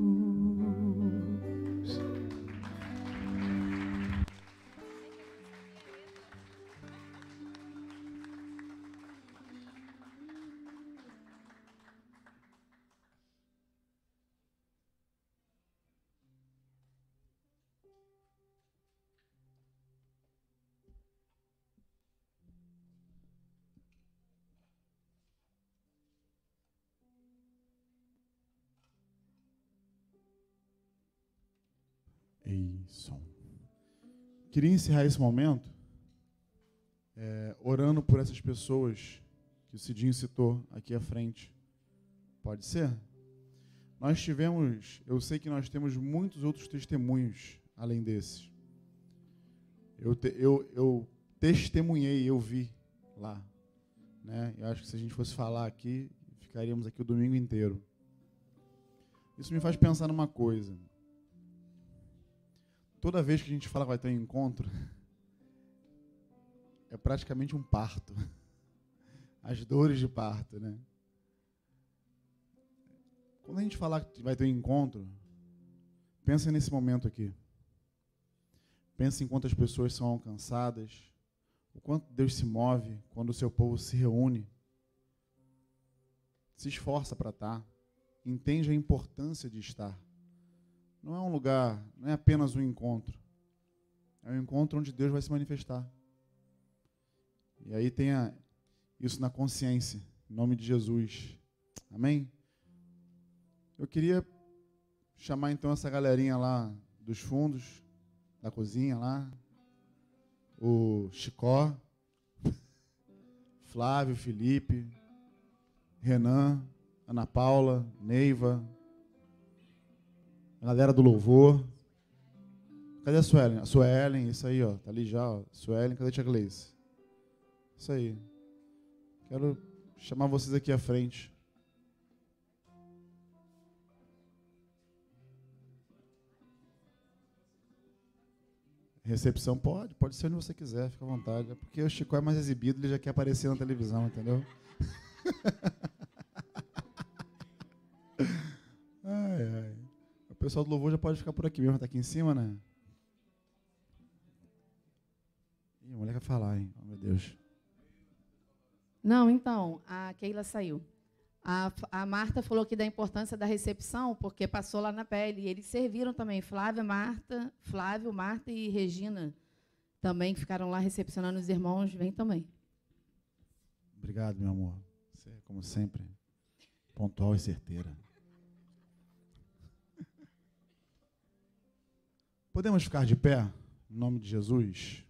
Isso. Queria encerrar esse momento orando por essas pessoas que o Cidinho citou aqui à frente. Pode ser? Nós tivemos, eu sei que nós temos muitos outros testemunhos além desses. Eu testemunhei, eu vi lá, né? Eu acho que se a gente fosse falar aqui, ficaríamos aqui o domingo inteiro. Isso me faz pensar numa coisa. Toda vez que a gente fala que vai ter um encontro, é praticamente um parto. As dores de parto, né? Quando a gente falar que vai ter um encontro, pensa nesse momento aqui. Pensa em quantas pessoas são alcançadas, o quanto Deus se move quando o seu povo se reúne. Se esforça para estar. Entende a importância de estar. Não é um lugar, não é apenas um encontro. É um encontro onde Deus vai se manifestar. E aí tenha isso na consciência, em nome de Jesus. Amém? Eu queria chamar então essa galerinha lá dos fundos, da cozinha lá, o Chicó, Flávio, Felipe, Renan, Ana Paula, Neiva, a galera do louvor. Cadê a Suelen? A Suelen, isso aí, ó, tá ali já, ó. Suelen, cadê a tia Gleice? Isso aí. Quero chamar vocês aqui à frente. Recepção pode ser onde você quiser, fica à vontade. É porque o Chico é mais exibido, ele já quer aparecer na televisão, entendeu? Ai, ai. O pessoal do louvor já pode ficar por aqui mesmo, tá aqui em cima, né? Ih, a mulher quer falar, hein? Oh, meu Deus. Não, então, a Keila saiu. A Marta falou que da importância da recepção, porque passou lá na pele. E eles serviram também, Flávio, Marta e Regina, também que ficaram lá recepcionando os irmãos, vem também. Obrigado, meu amor. Você, como sempre, pontual e certeira. Podemos ficar de pé, em nome de Jesus?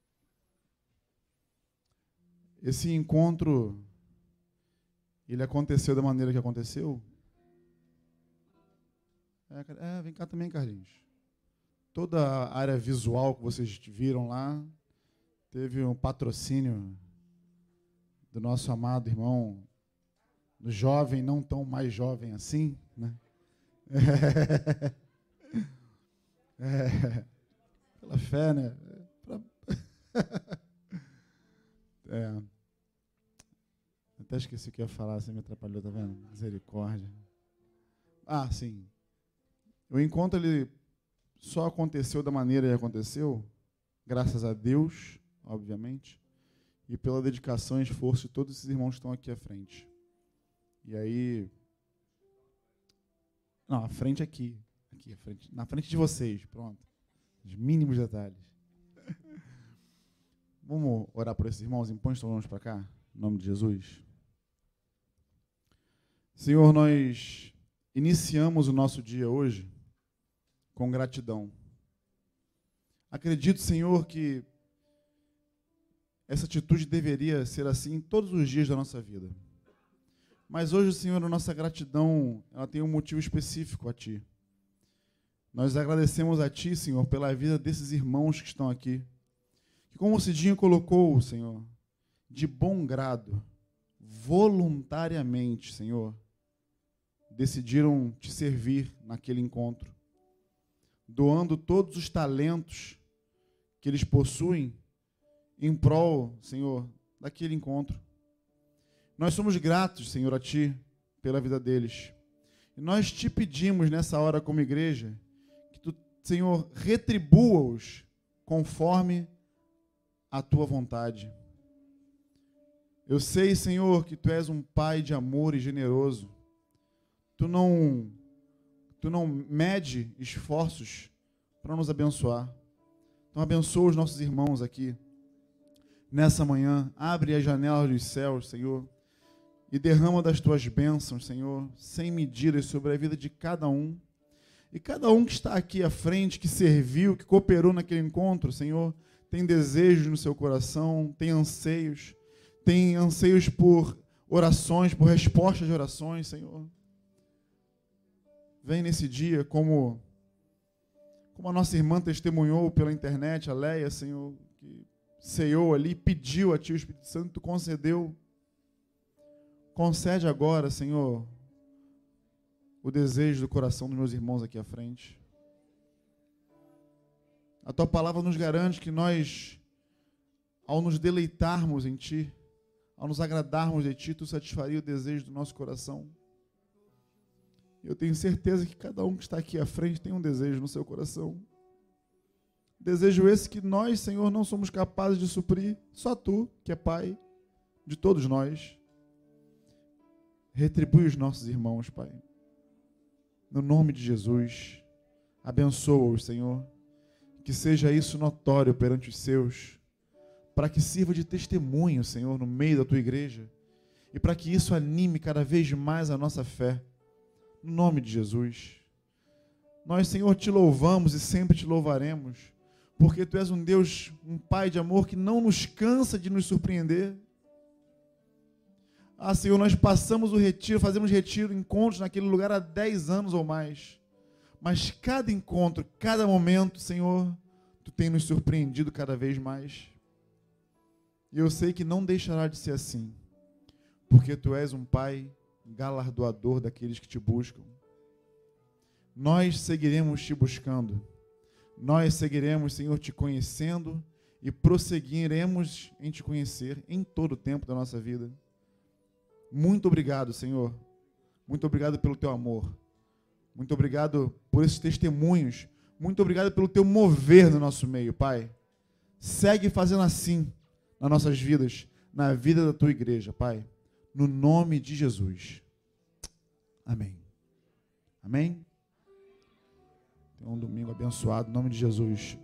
Esse encontro, ele aconteceu da maneira que aconteceu? Vem cá também, Carlinhos. Toda a área visual que vocês viram lá, teve um patrocínio do nosso amado irmão, do jovem, não tão mais jovem assim, né? Pela fé, né? Até esqueci o que eu ia falar, você me atrapalhou, tá vendo? Misericórdia. Ah, sim. O encontro, ele só aconteceu da maneira que aconteceu, graças a Deus, obviamente, e pela dedicação e esforço de todos esses irmãos que estão aqui à frente. E aí... Não, à frente aqui, à frente, na frente de vocês, pronto. Os mínimos detalhes. Vamos orar por esses irmãos? Impõe suas mãos para cá, em nome de Jesus. Senhor, nós iniciamos o nosso dia hoje com gratidão. Acredito, Senhor, que essa atitude deveria ser assim todos os dias da nossa vida. Mas hoje, Senhor, a nossa gratidão, ela tem um motivo específico a Ti. Nós agradecemos a Ti, Senhor, pela vida desses irmãos que estão aqui. Que, como o Cidinho colocou, Senhor, de bom grado, voluntariamente, Senhor, decidiram Te servir naquele encontro, doando todos os talentos que eles possuem em prol, Senhor, daquele encontro. Nós somos gratos, Senhor, a Ti, pela vida deles. E nós Te pedimos nessa hora como igreja, que Tu, Senhor, retribua-os conforme a Tua vontade. Eu sei, Senhor, que Tu és um Pai de amor e generoso. Tu não mede esforços para nos abençoar. Então abençoa os nossos irmãos aqui nessa manhã. Abre as janelas dos céus, Senhor, e derrama das Tuas bênçãos, Senhor, sem medidas sobre a vida de cada um. E cada um que está aqui à frente, que serviu, que cooperou naquele encontro, Senhor, tem desejos no seu coração, tem anseios por orações, por respostas de orações, Senhor. Vem nesse dia, como a nossa irmã testemunhou pela internet, a Leia, Senhor, que ceiou ali, pediu a Ti o Espírito Santo, Tu concedeu. Concede agora, Senhor, o desejo do coração dos meus irmãos aqui à frente. A Tua palavra nos garante que nós, ao nos deleitarmos em Ti, ao nos agradarmos de Ti, Tu satisfaria o desejo do nosso coração. Eu tenho certeza que cada um que está aqui à frente tem um desejo no seu coração. Desejo esse que nós, Senhor, não somos capazes de suprir. Só Tu, que é Pai de todos nós. Retribui os nossos irmãos, Pai. No nome de Jesus, abençoa-os, Senhor. Que seja isso notório perante os seus, para que sirva de testemunho, Senhor, no meio da Tua igreja, e para que isso anime cada vez mais a nossa fé. No nome de Jesus. Nós, Senhor, Te louvamos e sempre Te louvaremos, Porque Tu és um Deus, um Pai de amor que não nos cansa de nos surpreender. Ah, Senhor, nós passamos o retiro, fazemos retiro, encontros naquele lugar há 10 anos ou mais. Mas cada encontro, cada momento, Senhor, Tu tem nos surpreendido cada vez mais. E eu sei que não deixará de ser assim, porque Tu és um Pai galardoador daqueles que Te buscam. Nós seguiremos Te buscando. Nós seguiremos, Senhor, Te conhecendo e prosseguiremos em Te conhecer em todo o tempo da nossa vida. Muito obrigado, Senhor. Muito obrigado pelo Teu amor. Muito obrigado por esses testemunhos. Muito obrigado pelo Teu mover no nosso meio, Pai. Segue fazendo assim nas nossas vidas, na vida da Tua igreja, Pai. No nome de Jesus. Amém. Amém? Tenha um domingo abençoado, em nome de Jesus.